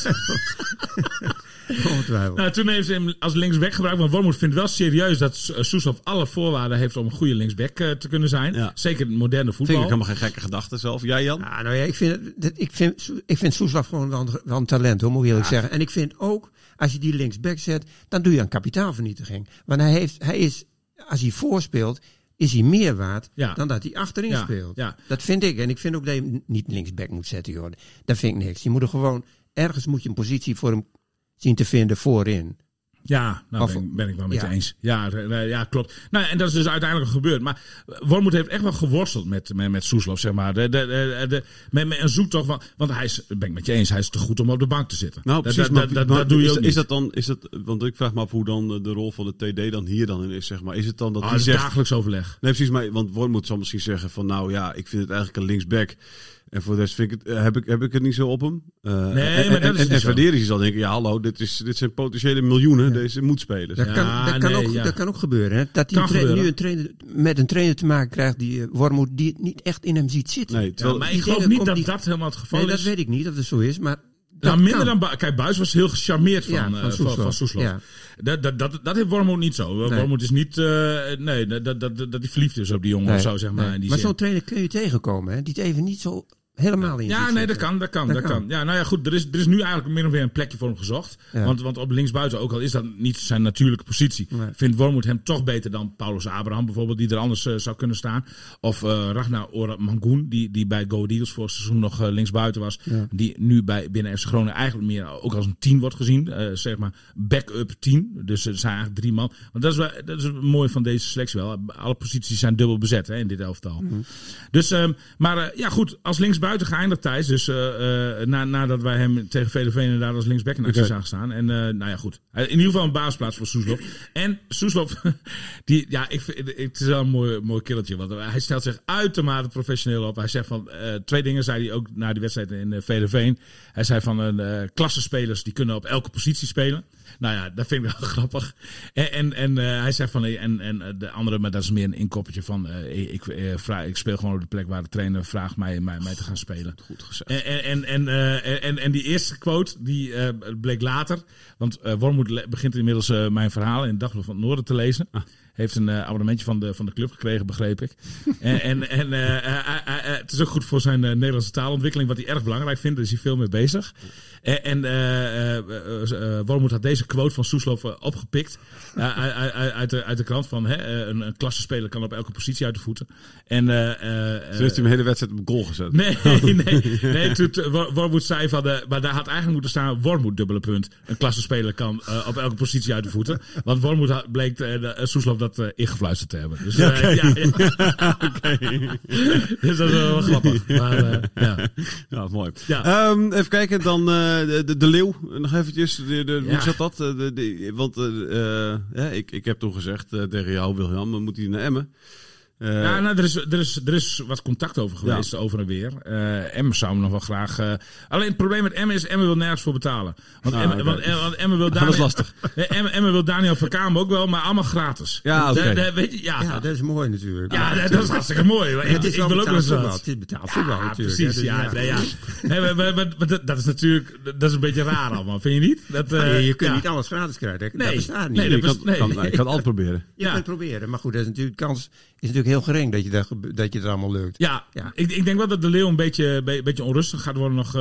Ongetwijfeld.
Nou, toen heeft hij hem als linksback gebruikt. Want Wormoed vindt wel serieus dat Soeslof alle voorwaarden heeft om een goede linksback uh, te kunnen zijn. Ja. Zeker in moderne voetbal.
Vind ik helemaal geen gekke gedachte zelf. Jij, Jan?
Ja, nou ja, ik vind, het, ik vind, ik vind Soeslof gewoon wel een, wel een talent, hoor, moet ik eerlijk ja. zeggen. En ik vind ook, als je die linksback zet, dan doe je een kapitaalvernietiging. Want hij heeft, hij is, als hij voorspeelt, is hij meer waard ja. dan dat hij achterin
ja.
speelt. Ja. Dat vind ik. En ik vind ook dat je hem niet linksback moet zetten, joh. Dat vind ik niks. Je moet er gewoon, ergens moet je een positie voor hem zien te vinden voorin.
Ja, nou
Of,
ben, ben ik wel met
ja.
je eens. Ja, uh, ja, klopt. Nou, en dat is dus uiteindelijk gebeurd. Maar Wormoed heeft echt wel geworsteld met, met, met Soeslof, zeg maar. De, de, de, de, met, met een zoektocht van... Want hij is, ben ik met je eens, hij is te goed om op de bank te zitten.
Nou, precies.
Dat,
Maar,
dat, dat,
maar
dat doe je
is,
ook
is
niet.
dat dan, is dat, want ik vraag me af hoe dan de rol van de T D dan hier dan in is, zeg maar. Is het dan dat
Oh,
hij
dat is
zegt...
dagelijks overleg.
Nee, precies. Maar, want Wormoed zal misschien zeggen van, nou ja, ik vind het eigenlijk een linksback... En voor de rest vind ik het, heb, ik, heb ik het niet zo op hem. Uh,
Nee,
en,
maar dat is
en,
niet
en
zo.
Verderici zal denken, ja hallo, dit, is, dit zijn potentiële miljoenen,
Ja.
deze moet spelen.
Dat,
Ja,
kan, dat, kan
nee,
ook,
ja.
dat kan ook gebeuren. Hè? Dat hij
Kan
een tra-
gebeuren.
nu een trainer, met een trainer te maken krijgt die uh, Wormoed die het niet echt in hem ziet zitten.
Nee,
Ja,
terwijl,
maar
die
ik geloof
dingen
niet dat
komt die-
dat helemaal het geval
Nee, dat
is.
weet ik niet dat het zo is, maar dat
Nou, minder
kan.
dan... Bu- Kijk, Buijs was heel gecharmeerd van,
Ja,
eh,
van
van,
Soeslof.
van Soeslof.
Ja.
Dat, dat, dat, dat heeft Wormoed niet zo.
Nee.
Wormoed is niet... Uh, nee, dat, dat, dat, dat hij verliefd is op die jongen
Nee,
of zo, zeg maar.
nee.
In die
Maar
zin.
zo'n trainer kun je tegenkomen, hè? die het even niet zo helemaal in
Ja,
zit
nee, dat
zitten.
kan, dat kan,
Dat
dat
kan.
kan. Ja, nou ja, goed, er is, er is nu eigenlijk min of meer een plekje voor hem gezocht.
Ja.
Want, want op linksbuiten, ook al is dat niet zijn natuurlijke positie,
Nee.
vindt Wormoed hem toch beter dan Paulus Abraham bijvoorbeeld, die er anders uh, zou kunnen staan. Of uh, Ragnar Orat Mangoen, die, die bij Go Eagles vorig seizoen nog uh, linksbuiten was.
Ja.
Die nu bij binnen F C Groningen eigenlijk meer ook als een tien wordt gezien. Uh, zeg maar back-up tien. Dus er zijn eigenlijk drie man. Want dat is, wel, dat is mooi van deze selectie wel. Alle posities zijn dubbel bezet hè, in dit elftal. Mm-hmm. Dus, um, maar uh, ja goed, als linksbuiten geëindigd Thijs. Dus uh, uh, na, nadat wij hem tegen V V V inderdaad als linksback in actie
Okay.
zagen staan. En uh, nou ja goed, in ieder geval een basisplaats voor Soeslof. En Soeslof, die, ja, ik, vind- het is wel een mooi, mooi killertje. Want hij stelt zich uitermate professioneel op. Hij zegt van, uh, twee dingen zei hij ook na die wedstrijd in uh, V V V. Hij zei van, uh, klassespelers die kunnen op elke positie spelen. Nou ja, dat vind ik wel grappig. En, en, en uh, hij zegt van, en, en de andere, maar dat is meer een inkoppertje van, uh, ik, uh, vraag, ik speel gewoon op de plek waar de trainer vraagt mij, mij, mij te gaan spelen.
goed gezegd.
En, en, en, en, uh, en, en die eerste quote, die uh, bleek later, want uh, Wormoed le- begint inmiddels uh, mijn verhaal in het Dagblad van het Noorden te lezen. Ah. Heeft een uh, abonnementje van de, van de club gekregen, begreep ik. en en, en uh, uh, uh, uh, het is ook goed voor zijn uh, Nederlandse taalontwikkeling, wat hij erg belangrijk vindt. Daar is hij veel mee bezig. En, en uh, uh, uh, Wormoed had deze quote van Soeslof uh, opgepikt. Uh, uit, uit, uit, de, uit de krant van hè, uh, een, een klassenspeler kan op elke positie uit de voeten. En, uh, uh,
Toen heeft hij de hele wedstrijd op goal gezet.
Nee, nee, nee. Toen uh, Wormoed zei van, uh, maar daar had eigenlijk moeten staan Wormoed dubbele punt. Een klassenspeler kan uh, op elke positie uit de voeten. Want Wormoed had, bleek uh, uh, Soeslof dat uh, ingefluisterd te hebben. Dus, uh,
Okay.
ja, ja. Okay. Dus dat is wel grappig. Maar, uh, ja.
Ja, mooi.
Ja.
Um, even kijken, dan uh, de, de, de Leeuw. Nog eventjes, de, de,
Ja.
hoe zat dat? De, de, want uh, uh, ja, ik, ik heb toen gezegd uh, tegen jou, William, dan moet hij naar Emmen. Uh,
Ja, nou, er, is, er, is, er is wat contact over geweest, ja. over en weer. Uh, Emmen zou hem nog wel graag... Uh, alleen het probleem met Emmen is, Emmen wil nergens voor betalen. Want
Ah,
Emmen,
okay.
want, want Emmen wil Daniel...
Dat is lastig.
Emmen, Emmen wil Daniel Verkaam ook wel, maar allemaal gratis.
Ja, oké.
Da- da- weet je, ja,
Ja, dat is mooi natuurlijk.
Ja, dat, dat is hartstikke mooi. Ik,
het is
ik
wel
wil ook
betaald
eens
voetbal.
wat.
Het is betaald voetbal
Ja,
natuurlijk.
precies.
hè, dus
Ja, nee, ja. Nee, maar, maar, maar, maar dat, dat is natuurlijk dat is een beetje raar allemaal, vind je niet? Dat, uh,
Ja, je kunt
ja.
niet alles gratis krijgen. Dat
Nee.
bestaat niet.
Nee,
je
dat
kan,
best- nee.
kan, nou, ik kan het altijd proberen.
Je
Ja.
kunt het proberen. Maar goed, dat is natuurlijk, de kans is natuurlijk heel gering dat je dat, gebe- dat je het allemaal lukt.
Ja,
Ja.
Ik, ik denk wel dat de Leeuw een beetje, be, beetje onrustig gaat worden nog. Uh,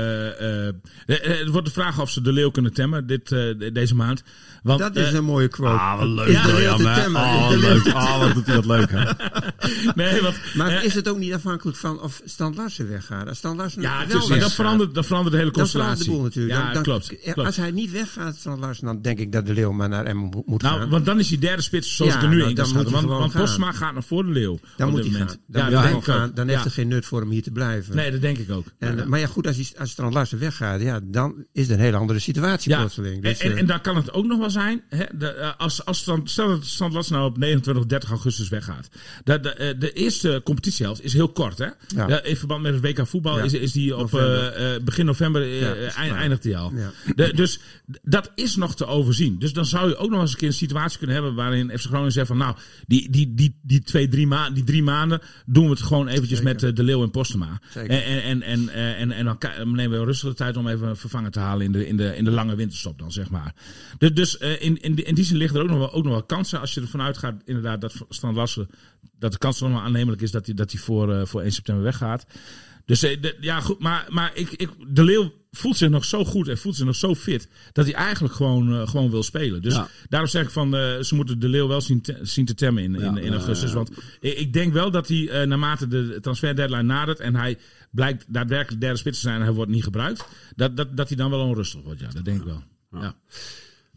uh, uh, het wordt de vraag of ze de Leeuw kunnen temmen dit, uh, deze maand. Want,
Dat is
uh,
een mooie quote.
Ah, wat leuk,
Is de
William,
leeuw te
hè?
temmen?
Oh,
Is de leeuw
leuk.
te
Oh, wat doet hij dat leuk, hè?
nee, want,
Maar
uh,
is het ook niet afhankelijk van of Stan Larsen weggaat? Als Stan Larsen
ja,
wel
dus, maar dat
weggaat,
verandert, dat verandert de hele
dan verandert
constellatie.
de boel natuurlijk.
Ja,
Dan- dan-
klopt,
ja,
klopt.
Als hij niet weggaat, Stan Larsen, dan denk ik dat de Leeuw maar naar Emmen mo- moet
Nou,
gaan.
want dan is die derde spits zoals
Ja,
ik er nu
nou,
in kan
dan moet
schatten.
hij
Want,
gewoon
want
gaan.
Postma gaat naar voor de Leeuw.
dan
op
moet
dit
hij
moment.
gaan. Dan,
Ja,
moet
dat
hij
denk
gewoon
ik
gaan.
ook.
Dan
Ja.
heeft het geen nut voor hem hier te blijven.
Nee, dat denk ik ook.
En,
Ja.
Maar ja, goed, als, hij, als Stan Larsen weggaat, ja, dan is het een hele andere situatie
Ja,
plotseling. Dus,
en, en,
eh,
en dan kan het ook nog wel zijn, hè, de, uh, als, als Stan- stel dat Stan Larsen nou op negenentwintig, dertig augustus weggaat. De, de, uh, de eerste competitiehelft is heel kort, hè?
Ja.
Ja, in verband met het W K voetbal
Ja.
is, is die op
November.
uh, uh, begin november uh,
Ja, is
eind,
klaar.
eindigt die al.
Ja.
De, dus d- dat is nog te overzien. Dus dan zou je ook nog eens een keer een situatie kunnen hebben waarin F C Groningen zegt van nou, die, die, die, die, twee, drie ma- die drie maanden doen we het gewoon eventjes
Zeker.
met uh, De Leeuw en Postema.
Zeker.
En, en, en, en, en, en, en dan ka- nemen we wel rustig de tijd om even een vervanger te halen in de, in de, in de lange winterstop dan, zeg maar. Dus, dus uh, in, in, die- in die zin liggen er ook nog wel, ook nog wel kansen als je ervan uitgaat inderdaad dat Stan Larsen, dat de kans nog wel aannemelijk is dat hij, dat hij voor, uh, voor één september weggaat. Dus uh, de, ja goed, maar, maar ik, ik, De Leeuw voelt zich nog zo goed en voelt zich nog zo fit dat hij eigenlijk gewoon, uh, gewoon wil spelen. Dus
Ja.
daarom zeg ik van uh, ze moeten De Leeuw wel zien te, zien te temmen in, in,
Ja,
in augustus.
ja, ja.
Want ik, ik denk wel dat hij uh, naarmate de transfer deadline nadert en hij blijkt daadwerkelijk derde spits te zijn en hij wordt niet gebruikt, dat, dat, dat hij dan wel onrustig wordt. Ja, dat denk ik wel. Ja.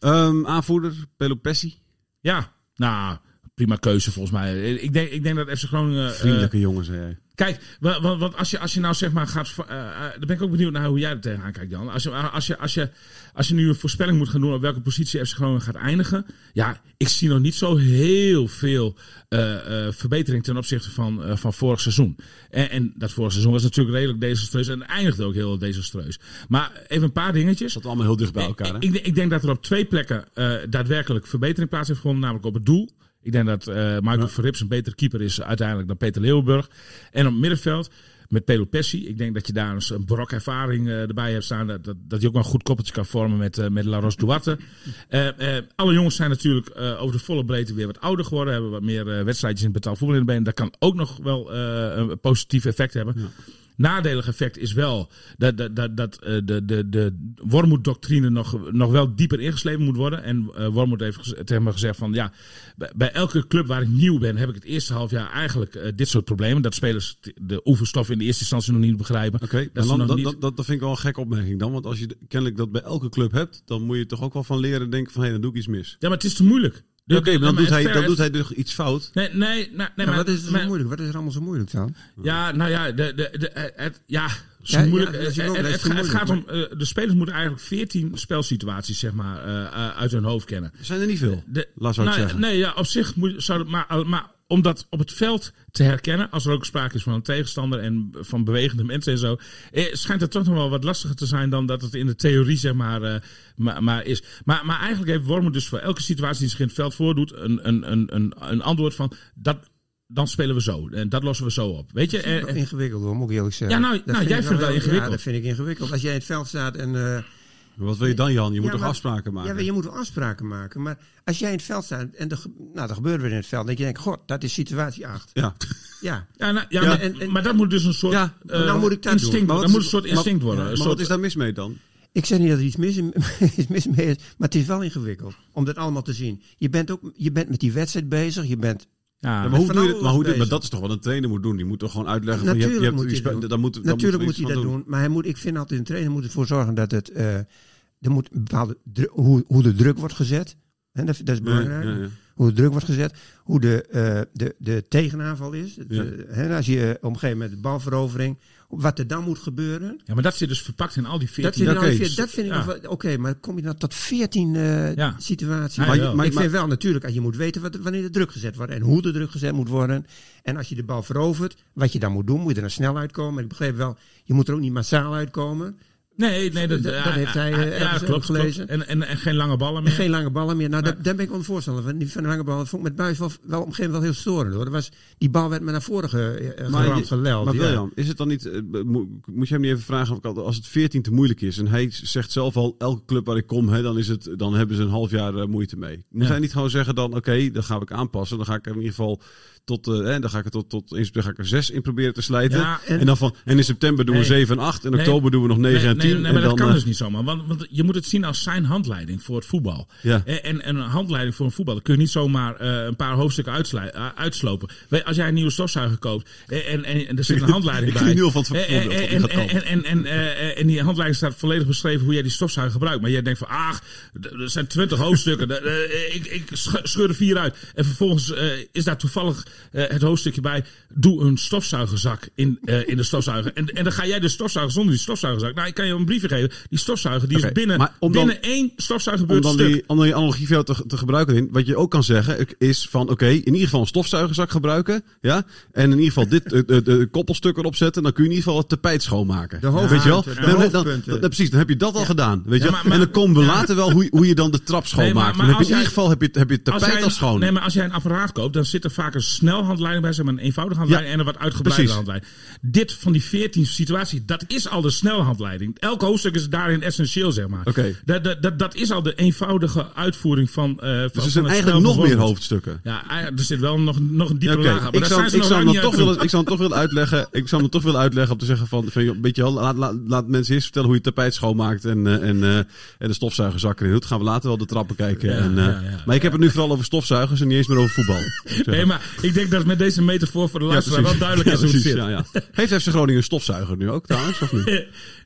Um, aanvoerder, Pelopessi.
Ja, nou, prima keuze volgens mij. Ik denk, ik denk dat F C Groningen...
Vriendelijke
uh,
jongen, zei jij.
Kijk, want, want als, je, als je nou zeg maar gaat... Uh, uh, dan ben ik ook benieuwd naar hoe jij er tegenaan kijkt, Jan. Als je, als, je, als, je, als je nu een voorspelling moet gaan doen op welke positie F C Groningen gaat eindigen. Ja, ik zie nog niet zo heel veel uh, uh, verbetering ten opzichte van, uh, van vorig seizoen. En, en dat vorig seizoen was natuurlijk redelijk desastreus en eindigde ook heel desastreus. Maar even een paar dingetjes.
Dat allemaal heel dicht bij elkaar, hè?
Ik, ik, ik denk dat er op twee plekken uh, daadwerkelijk verbetering plaats heeft gevonden, namelijk op het doel. Ik denk dat uh, Michael ja. Verrips een betere keeper is uiteindelijk dan Peter Leeuwenburg. En op het middenveld met Pelopessi. Ik denk dat je daar een brok ervaring uh, erbij hebt staan. Dat, dat, dat je ook wel een goed koppeltje kan vormen met, uh, met Laros Duarte. Uh, uh, alle jongens zijn natuurlijk uh, over de volle breedte weer wat ouder geworden. Hebben wat meer uh, wedstrijdjes in betaald voetbal in de benen. Dat kan ook nog wel uh, een positief effect hebben. Ja. Nadelig effect is wel dat, dat, dat, dat uh, de, de, de Wormoed-doctrine nog, nog wel dieper ingeslepen moet worden. En uh, Wormoed heeft tegen me gezegd van ja, bij, bij elke club waar ik nieuw ben, heb ik het eerste half jaar eigenlijk uh, dit soort problemen. Dat spelers de oefenstof in de eerste instantie nog niet begrijpen.
Oké, okay, dat, dat, niet... dat, dat, dat vind ik wel een gekke opmerking dan. Want als je kennelijk dat bij elke club hebt, dan moet je toch ook wel van leren denken van hé, hey, dan doe ik iets mis.
Ja, maar het is te moeilijk.
Oké, okay, dan, doet hij, dan doet hij dus iets fout.
Nee, nee, nee, nee
maar wat is er zo maar, moeilijk? Wat is er allemaal zo moeilijk dan?
Ja, nou ja, de, de, de, het, ja, zo ja, moeilijk. Ja, het, het, het, het, het gaat om, uh, de spelers moeten eigenlijk veertien spelsituaties zeg maar uh, uh, uit hun hoofd kennen.
Er zijn er niet veel. De, Laat zo
nou,
zeggen.
Nee, ja, op zich moet, zou het maar, uh, maar om dat op het veld te herkennen, als er ook sprake is van een tegenstander en van bewegende mensen en zo, eh, schijnt het toch nog wel wat lastiger te zijn dan dat het in de theorie zeg maar, uh, maar, maar is. Maar, maar eigenlijk heeft Wormoed dus voor elke situatie die zich in het veld voordoet een, een, een, een, een antwoord van dat. Dan spelen we zo. En dat lossen we zo op. Weet je?
Dat vind ik wel ingewikkeld hoor, moet ik eerlijk zeggen.
Ja, nou, nou jij vindt dat ingewikkeld.
Ja, dat vind ik ingewikkeld. Als jij in het veld staat en... Uh,
wat wil je dan, Jan? Je
ja,
moet toch
maar,
afspraken maken?
Ja, je moet wel afspraken maken. Maar als jij in het veld staat en er, nou, er gebeurt weer in het veld. Dat je denkt, god, dat is situatie acht.
Ja.
Ja.
Ja, nou, ja, ja. Maar, en, en, maar dat moet dus een soort ja, uh,
nou moet ik dat
instinct
doen.
Dat moet een soort instinct
maar,
worden.
Maar,
maar
soort, wat is daar mis mee dan?
Ik zeg niet dat er iets mis, mis mee is. Maar het is wel ingewikkeld om dat allemaal te zien. Je bent, ook, je bent met die wedstrijd bezig. Je bent...
Ja, ja, maar, hoe doe je het, maar, hoe doe, maar dat is toch wat een trainer moet doen. Die moet toch gewoon uitleggen. Van,
natuurlijk
je hebt, je
moet
hebt,
hij
je
dat
dan moet, dan
Natuurlijk
moet,
moet hij dat doen.
doen.
Maar hij moet, ik vind altijd een trainer moet ervoor zorgen dat het... Uh, er moet een bepaalde dru- hoe, hoe de druk wordt gezet. Hè, dat, dat is belangrijk. Ja, ja, ja. Hoe de druk wordt gezet. Hoe de, uh, de, de tegenaanval is. Het, ja. uh, hè, als je uh, op een gegeven moment de balverovering... Wat er dan moet gebeuren.
Ja, maar dat zit dus verpakt in al die veertien.
Dat, okay. veertien, dat vind ik ja. Oké, okay, maar kom je dan tot veertien uh, ja. situaties? Ja, maar, maar ik vind wel natuurlijk, als je moet weten wat, wanneer de druk gezet wordt. En hoe de druk gezet moet worden. En als je de bal verovert, wat je dan moet doen. Moet je er dan snel uitkomen. Ik begreep wel, je moet er ook niet massaal uitkomen.
Nee, nee, dat,
dat,
ja,
dat heeft hij uh,
ja, klopt, gelezen. Klopt. En, en, en geen lange ballen meer.
En geen lange ballen meer. Nou, ja. daar, daar ben ik wel voorstander van. Die van de lange ballen vond ik met Buijs wel, wel op een gegeven moment wel heel storend. Hoor. Dat was, die bal werd me naar voren ge, uh, geramd, geleld.
Maar
ja.
William, is het dan niet... Uh, moet je hem niet even vragen of als het veertien te moeilijk is. En hij zegt zelf al, elke club waar ik kom, hè, dan, is het, dan hebben ze een half jaar uh, moeite mee. Moet ja. hij niet gewoon zeggen dan, oké, okay, dan ga ik aanpassen. Dan ga ik in ieder geval... Tot, uh, dan ga ik er tot, tot in september ga ik er zes in proberen te slijten. Ja, en, en, dan van, en in september doen we nee, zeven en acht. En in nee, oktober doen we nog negen nee, en tien.
Nee, nee,
en
maar
dan,
dat kan
uh,
dus niet zomaar. Want, want je moet het zien als zijn handleiding voor het voetbal.
Ja.
En, en, en een handleiding voor een voetbal. Dan kun je niet zomaar uh, een paar hoofdstukken uitsli- uh, uitslopen. Als jij een nieuwe stofzuiger koopt. En, en, en er zit een handleiding bij.
Ik nu al van het
en, en, en, en, en, en, uh, en die handleiding staat volledig beschreven hoe jij die stofzuiger gebruikt. Maar jij denkt van, ach, er zijn twintig hoofdstukken. uh, ik, ik scheur er vier uit. En vervolgens uh, is daar toevallig uh, het hoofdstuk bij, doe een stofzuigerzak in, uh, in de stofzuiger. En, en dan ga jij de stofzuiger zonder die stofzuigerzak. Nou, ik kan je een briefje geven. Die stofzuiger die okay, is binnen, dan, binnen één stofzuigerbeurt
om dan
stuk.
Die, om dan die analogie voor jou te, te gebruiken, in, wat je ook kan zeggen, is van, oké, okay, in ieder geval een stofzuigerzak gebruiken. Ja? En in ieder geval dit de, de, de koppelstuk erop zetten. Dan kun je in ieder geval het tapijt schoonmaken.
De hoofd,
weet je wel?
de
dan, dan, dan, dan, precies, dan heb je dat al ja. gedaan. Weet je
ja,
wel?
Maar, maar,
en dan komen we ja. later wel hoe, hoe je dan de trap schoonmaakt. Nee, maar, maar dan heb je in ieder geval heb je, heb je het tapijt
jij,
al schoon.
Nee, maar als jij een apparaat koopt, dan zit er vaak een snelhandleiding bij, zeg maar een eenvoudige handleiding. Ja. En een wat uitgebreide handleiding. Dit van die veertien situaties, dat is al de snelhandleiding. Elk hoofdstuk is daarin essentieel, zeg maar.
Okay.
Dat, dat, dat, dat is al de eenvoudige uitvoering van. Uh, van
dus er zijn eigenlijk nog meer hoofdstukken.
Ja, er zit wel nog, nog een diepe
ja, okay.
laag. Maar
ik
daar
zou,
zijn ze
ik
nog
zou
niet
hem toch willen, ik zou hem toch willen uitleggen. Ik zou hem toch willen uitleggen om te zeggen van, van weet je wel, laat, laat, laat mensen eerst vertellen hoe je tapijt schoonmaakt en, uh, en, uh, en de stofzuigerzak erin doet. Gaan we later wel de trappen kijken.
Ja,
en, uh,
ja, ja.
Maar ik heb het nu vooral over stofzuigers en niet eens meer over voetbal.
Nee, maar ik denk dat met deze metafoor voor de luisteraar ja, wel duidelijk is
ja,
hoe het
precies,
zit.
Ja, ja. Heeft F C Groningen een stofzuiger nu ook trouwens, of niet?
Nou ja,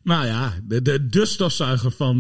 Ja, de, de, de stofzuiger van uh,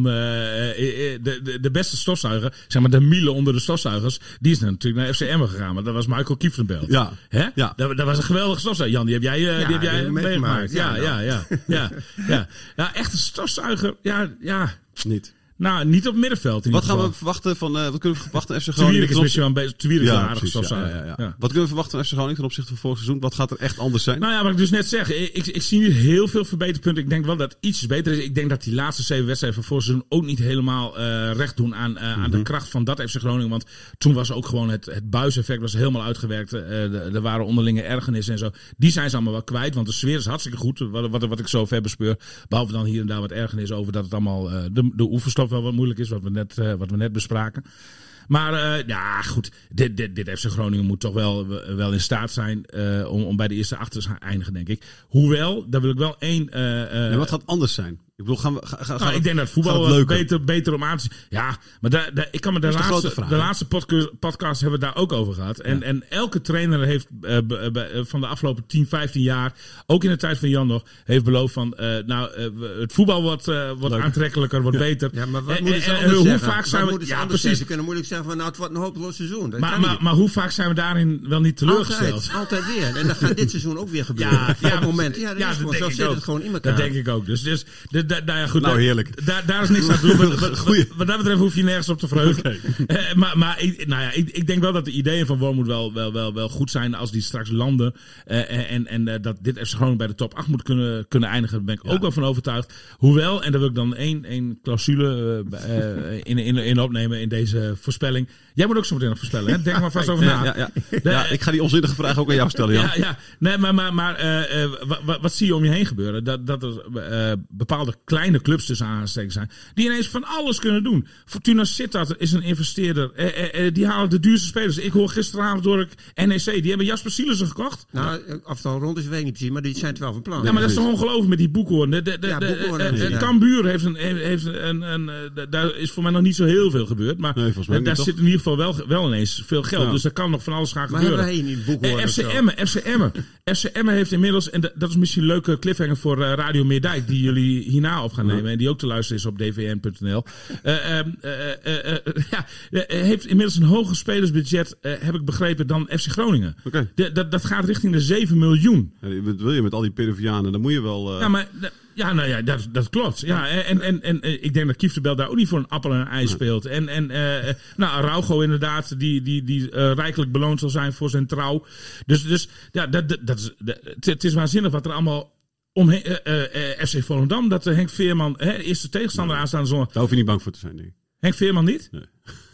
de, de, de beste stofzuiger, zeg maar de Miele onder de stofzuigers, die is natuurlijk naar F C Emmen gegaan. Maar dat was Michael Kieftenbelt.
Ja.
Hè?
Ja.
Dat, dat was een geweldige stofzuiger. Jan, die heb jij, uh,
Ja,
die heb jij
die heb ik
meegemaakt. Ja,
meegemaakt.
ja, ja, ja, ja, ja. Ja, echt een stofzuiger. Ja, ja.
Niet.
Nou, niet op het middenveld in
Wat
ieder
gaan
geval.
we verwachten van, uh, wat kunnen we verwachten van F C
Te
Groningen?
Wierik is misschien wel een beetje, Te Wierik is
Ja,
een aardige
precies, ja,
stofzuiger.
ja, ja.
Ja.
Wat kunnen we verwachten van F C Groningen ten opzichte van vorig seizoen? Wat gaat er echt anders zijn?
Nou ja, wat ik dus net zeg, ik, ik zie niet heel veel verbeterpunten. Ik denk wel dat iets beter is. Ik denk dat die laatste zeven wedstrijden van vorig seizoen ook niet helemaal uh, recht doen aan, uh, mm-hmm. aan de kracht van dat F C Groningen. Want toen was ook gewoon het, het buiseffect was helemaal uitgewerkt. Uh, de, er waren onderlinge ergernissen en zo. Die zijn ze allemaal wel kwijt, want de sfeer is hartstikke goed. Wat, wat, wat ik zo ver bespeur. Behalve dan hier en daar wat ergernis over dat het allemaal uh, de, de oefenstof wel wat moeilijk is, wat we net, uh, wat we net bespraken. Maar uh, ja, goed, dit, dit, dit F C Groningen moet toch wel, wel in staat zijn uh, om, om bij de eerste acht te eindigen, denk ik. Hoewel, daar wil ik wel één... Uh, uh,
ja, wat gaat anders zijn? Ik bedoel, gaan we, ga, ga,
nou,
het,
ik denk dat voetbal het beter, beter om aan te zien. Ja, maar da, da, ik kan me de
de
laatste,
vraag,
de laatste podcast, podcast hebben we het daar ook over gehad. En, ja. en elke trainer heeft uh, b, b, van de afgelopen tien, vijftien jaar, ook in de tijd van Jan nog, heeft beloofd van, uh, nou, uh, het voetbal wordt, uh, wordt aantrekkelijker, wordt beter.
Ja, maar wat
en,
moet
en,
ze
en,
anders
hoe
zeggen?
vaak zijn
wat
we...
moeten ze
Ja,
anders
precies.
Ze kunnen moeilijk zeggen van, nou, het wordt een hopeloos seizoen. Dat
Maar, maar, maar hoe vaak zijn we daarin wel niet teleurgesteld?
Altijd, altijd weer. En dat gaat dit seizoen ook weer gebeuren.
Ja, ja,
op het moment. Ja, dat,
ja,
is gewoon,
dat
zo
denk
zit
ik
het
ook.
gewoon in elkaar.
Dat denk ik ook. Dus, dus de, de, nou ja, goed.
Nou,
daar,
heerlijk.
Daar, daar is niks aan te doen. Wat, wat, wat, wat dat betreft hoef je nergens op te verheugen. Okay. Uh, maar maar ik, nou ja, ik, ik denk wel dat de ideeën van Wormoed wel, wel, wel, wel goed zijn als die straks landen. Uh, en en uh, dat dit F C Groningen bij de top acht moet kunnen, kunnen eindigen. Daar ben ik ja. ook wel van overtuigd. Hoewel, en daar wil ik dan één, één clausule uh, uh, in, in, in opnemen in deze voorspelling. Jij moet ook zo meteen nog voorspellen, hè? Denk maar vast over na.
Ja, ja, ja. De, ja, ik ga die onzinnige vraag ook aan jou stellen, Jan.
Ja, ja. Nee, maar, maar, maar uh, uh, wat, wat zie je om je heen gebeuren? Dat, dat er uh, bepaalde kleine clubs tussen aanstekens zijn, die ineens van alles kunnen doen. Fortuna Sittard is een investeerder. Uh, uh, uh, die halen de duurste spelers. Ik hoor gisteravond door ik N E C, die hebben Jasper Sielissen gekocht.
Nou, aftal rond is weet ik niet precies, maar die zijn het wel van plan.
Ja, maar dat is toch ongelooflijk met die Boekhoorn. De, de, de,
ja, Boekhoorn
de, de, de, Cambuur heeft een, heeft een, een, een, daar is voor mij nog niet zo heel veel gebeurd, maar
nee, mij
daar
niet,
zit in ieder geval wel, wel ineens veel geld. Ja. Dus daar kan nog van alles gaan
maar
gebeuren.
Hebben wij niet Boekhoorn
eh, F C Emmen, F C Emmen. F C Emmen heeft inmiddels, en dat is misschien een leuke cliffhanger voor uh, Radio Meerdijk, die jullie hierna op gaan nemen ja. en die ook te luisteren is op d v n punt n l. Uh, uh, uh, uh, uh, ja, uh, heeft inmiddels een hoger spelersbudget, uh, heb ik begrepen, dan F C Groningen.
Okay.
De, dat, dat gaat richting de zeven miljoen.
Ja, wat wil je met al die Peruvianen? Dan moet je wel... Uh...
Ja, maar... Ja, nou ja, dat, dat klopt. Ja, en, en, en ik denk dat Kieftenbelt daar ook niet voor een appel en een ei speelt. En, en uh, nou, Araujo inderdaad, die, die, die uh, rijkelijk beloond zal zijn voor zijn trouw. Dus, dus ja, dat, dat, dat is, dat, het is waanzinnig wat er allemaal omheen... Uh, uh, uh, F C Volendam, dat Henk Veerman, hè, eerste tegenstander nee. aanstaande zondag.
Daar hoef je niet bang voor te zijn, denk ik.
Henk Veerman niet?
Nee.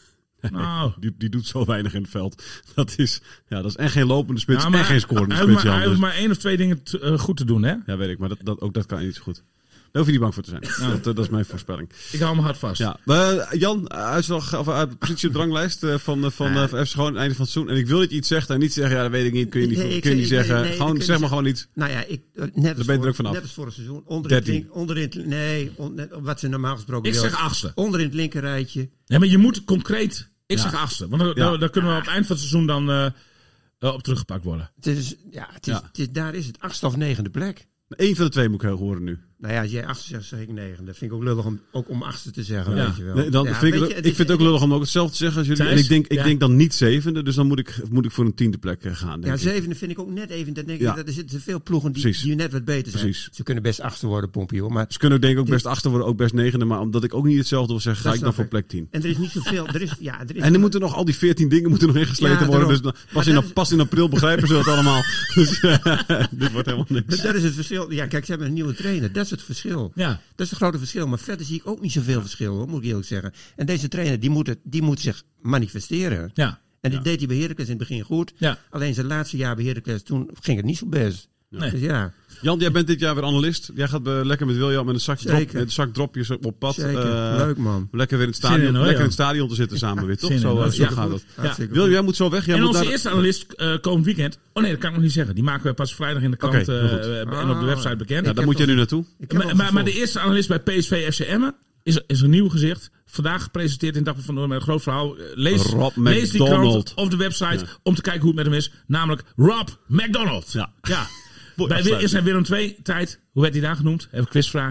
Nou.
Die, die doet zo weinig in het veld. Dat is, ja, dat is echt geen lopende spits
nou,
en geen scorende
hij
spits.
Hij, hij hoeft maar één of twee dingen te, uh, goed te doen, hè?
Ja, weet ik. Maar dat, dat, ook dat kan niet zo goed. Daar hoef je niet bang voor te zijn. Nou, dat, dat is mijn voorspelling.
Ik hou me hard vast.
Ja. Uh, Jan, uitslag of uit positie op de ranglijst uh, van, van uh, F C Groningen, einde van het seizoen. En ik wil dat je iets zegt en niet zeggen, ja, dat weet ik niet. Kun je niet, nee, kun je niet zeggen. Nee, nee, gewoon, zeg maar gewoon iets.
Nou ja, ik, uh, net, als voor,
vanaf.
net als vorig seizoen. Onderin, link, onderin, nee, on, net, wat ze normaal gesproken
Ik zeg achtste.
Onderin het linkerrijtje.
Ja, maar je moet concreet... Ik ja. zeg achtste. Want dan,
ja.
dan kunnen we op het eind van het seizoen dan uh, uh, op teruggepakt worden.
Het is, ja, het is, ja. Het is, daar is het achtste of negende plek.
Eén van de twee moet ik horen nu.
Nou ja, als jij achtste zegt, zeg ik negen. Dat vind ik ook lullig om, ook om achtste te zeggen,
ja.
weet je wel.
Nee, dan
ja,
vind ik,
je,
ik vind het ook lullig om ook hetzelfde te zeggen als jullie. Thijs? En ik denk, ik ja. denk dan niet zevende, dus dan moet ik, moet ik voor een tiende plek gaan. Denk
ja,
ik.
zevende vind ik ook net even. Dan denk ik,
ja.
dat er zitten veel ploegen die, die net wat beter zijn.
Precies.
Ze kunnen best achtste worden, Pompio. Maar
ze kunnen denk ik ook best achtste worden, ook best negende. Maar omdat ik ook niet hetzelfde wil zeggen, ga ik dan voor plek tien.
En er is niet zoveel. Er is, ja, er is
en er moeten nog al die veertien dingen moeten nog ingesleten ja, worden. Dus dan, pas, in, is, pas in april begrijpen ze dat allemaal. Dus uh, dit wordt helemaal niks.
Dat is het verschil. Ja, kijk, ze hebben een nieuwe trainer. Dat is het verschil.
Ja.
Dat is het grote verschil. Maar verder zie ik ook niet zoveel verschil, hoor, moet ik eerlijk zeggen. En deze trainer, die moet, het, die moet zich manifesteren.
Ja.
En dat
ja.
deed hij bij Heracles in het begin goed.
Ja.
Alleen zijn laatste jaar bij Heracles, toen ging het niet zo best.
Nee.
Dus ja.
Jan, jij bent dit jaar weer analist. Jij gaat uh, lekker met William met een zak, drop, met een zak dropjes op pad.
Zeker.
Uh,
Leuk, man.
Lekker weer in het stadion,
in, hoor,
lekker
ja.
in het stadion te zitten samen weer, toch?
Zin
zo
in,
uh, zo
ja,
gaat het.
Ja.
William, jij moet zo weg. Jij
en
moet
onze
naar...
eerste analist uh, komend weekend... Oh nee, dat kan ik nog niet zeggen. Die maken we pas vrijdag in de krant
okay,
uh, uh, en op de website bekend.
Ja, daar moet jij nu naartoe.
Maar, maar, maar de eerste analist bij P S V F C Emmen is, is een nieuw gezicht. Vandaag gepresenteerd in Dagblad van Noord met een groot verhaal. Lees, lees die krant op de website ja. om te kijken hoe het met hem is. Namelijk Rob McDonald.
Ja.
ja. Bij, is zijn Willem twee tijd, hoe werd hij daar genoemd? Even een quizvraagje.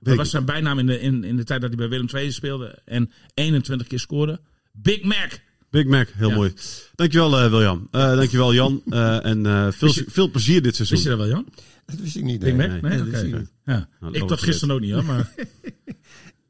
Dat was zijn bijnaam in de, in, in de tijd dat hij bij Willem twee speelde. En eenentwintig keer scoorde. Big Mac.
Big Mac, heel ja. mooi. Dankjewel uh, William. Uh, dankjewel Jan. Uh, en uh, veel, je, veel plezier dit seizoen.
Wist je dat wel, Jan?
Dat wist ik niet.
Big
Nee,
Mac?
Nee,
nee,
nee,
okay.
nee.
Ja. Nou, ik tot gisteren ook niet, hoor. Maar...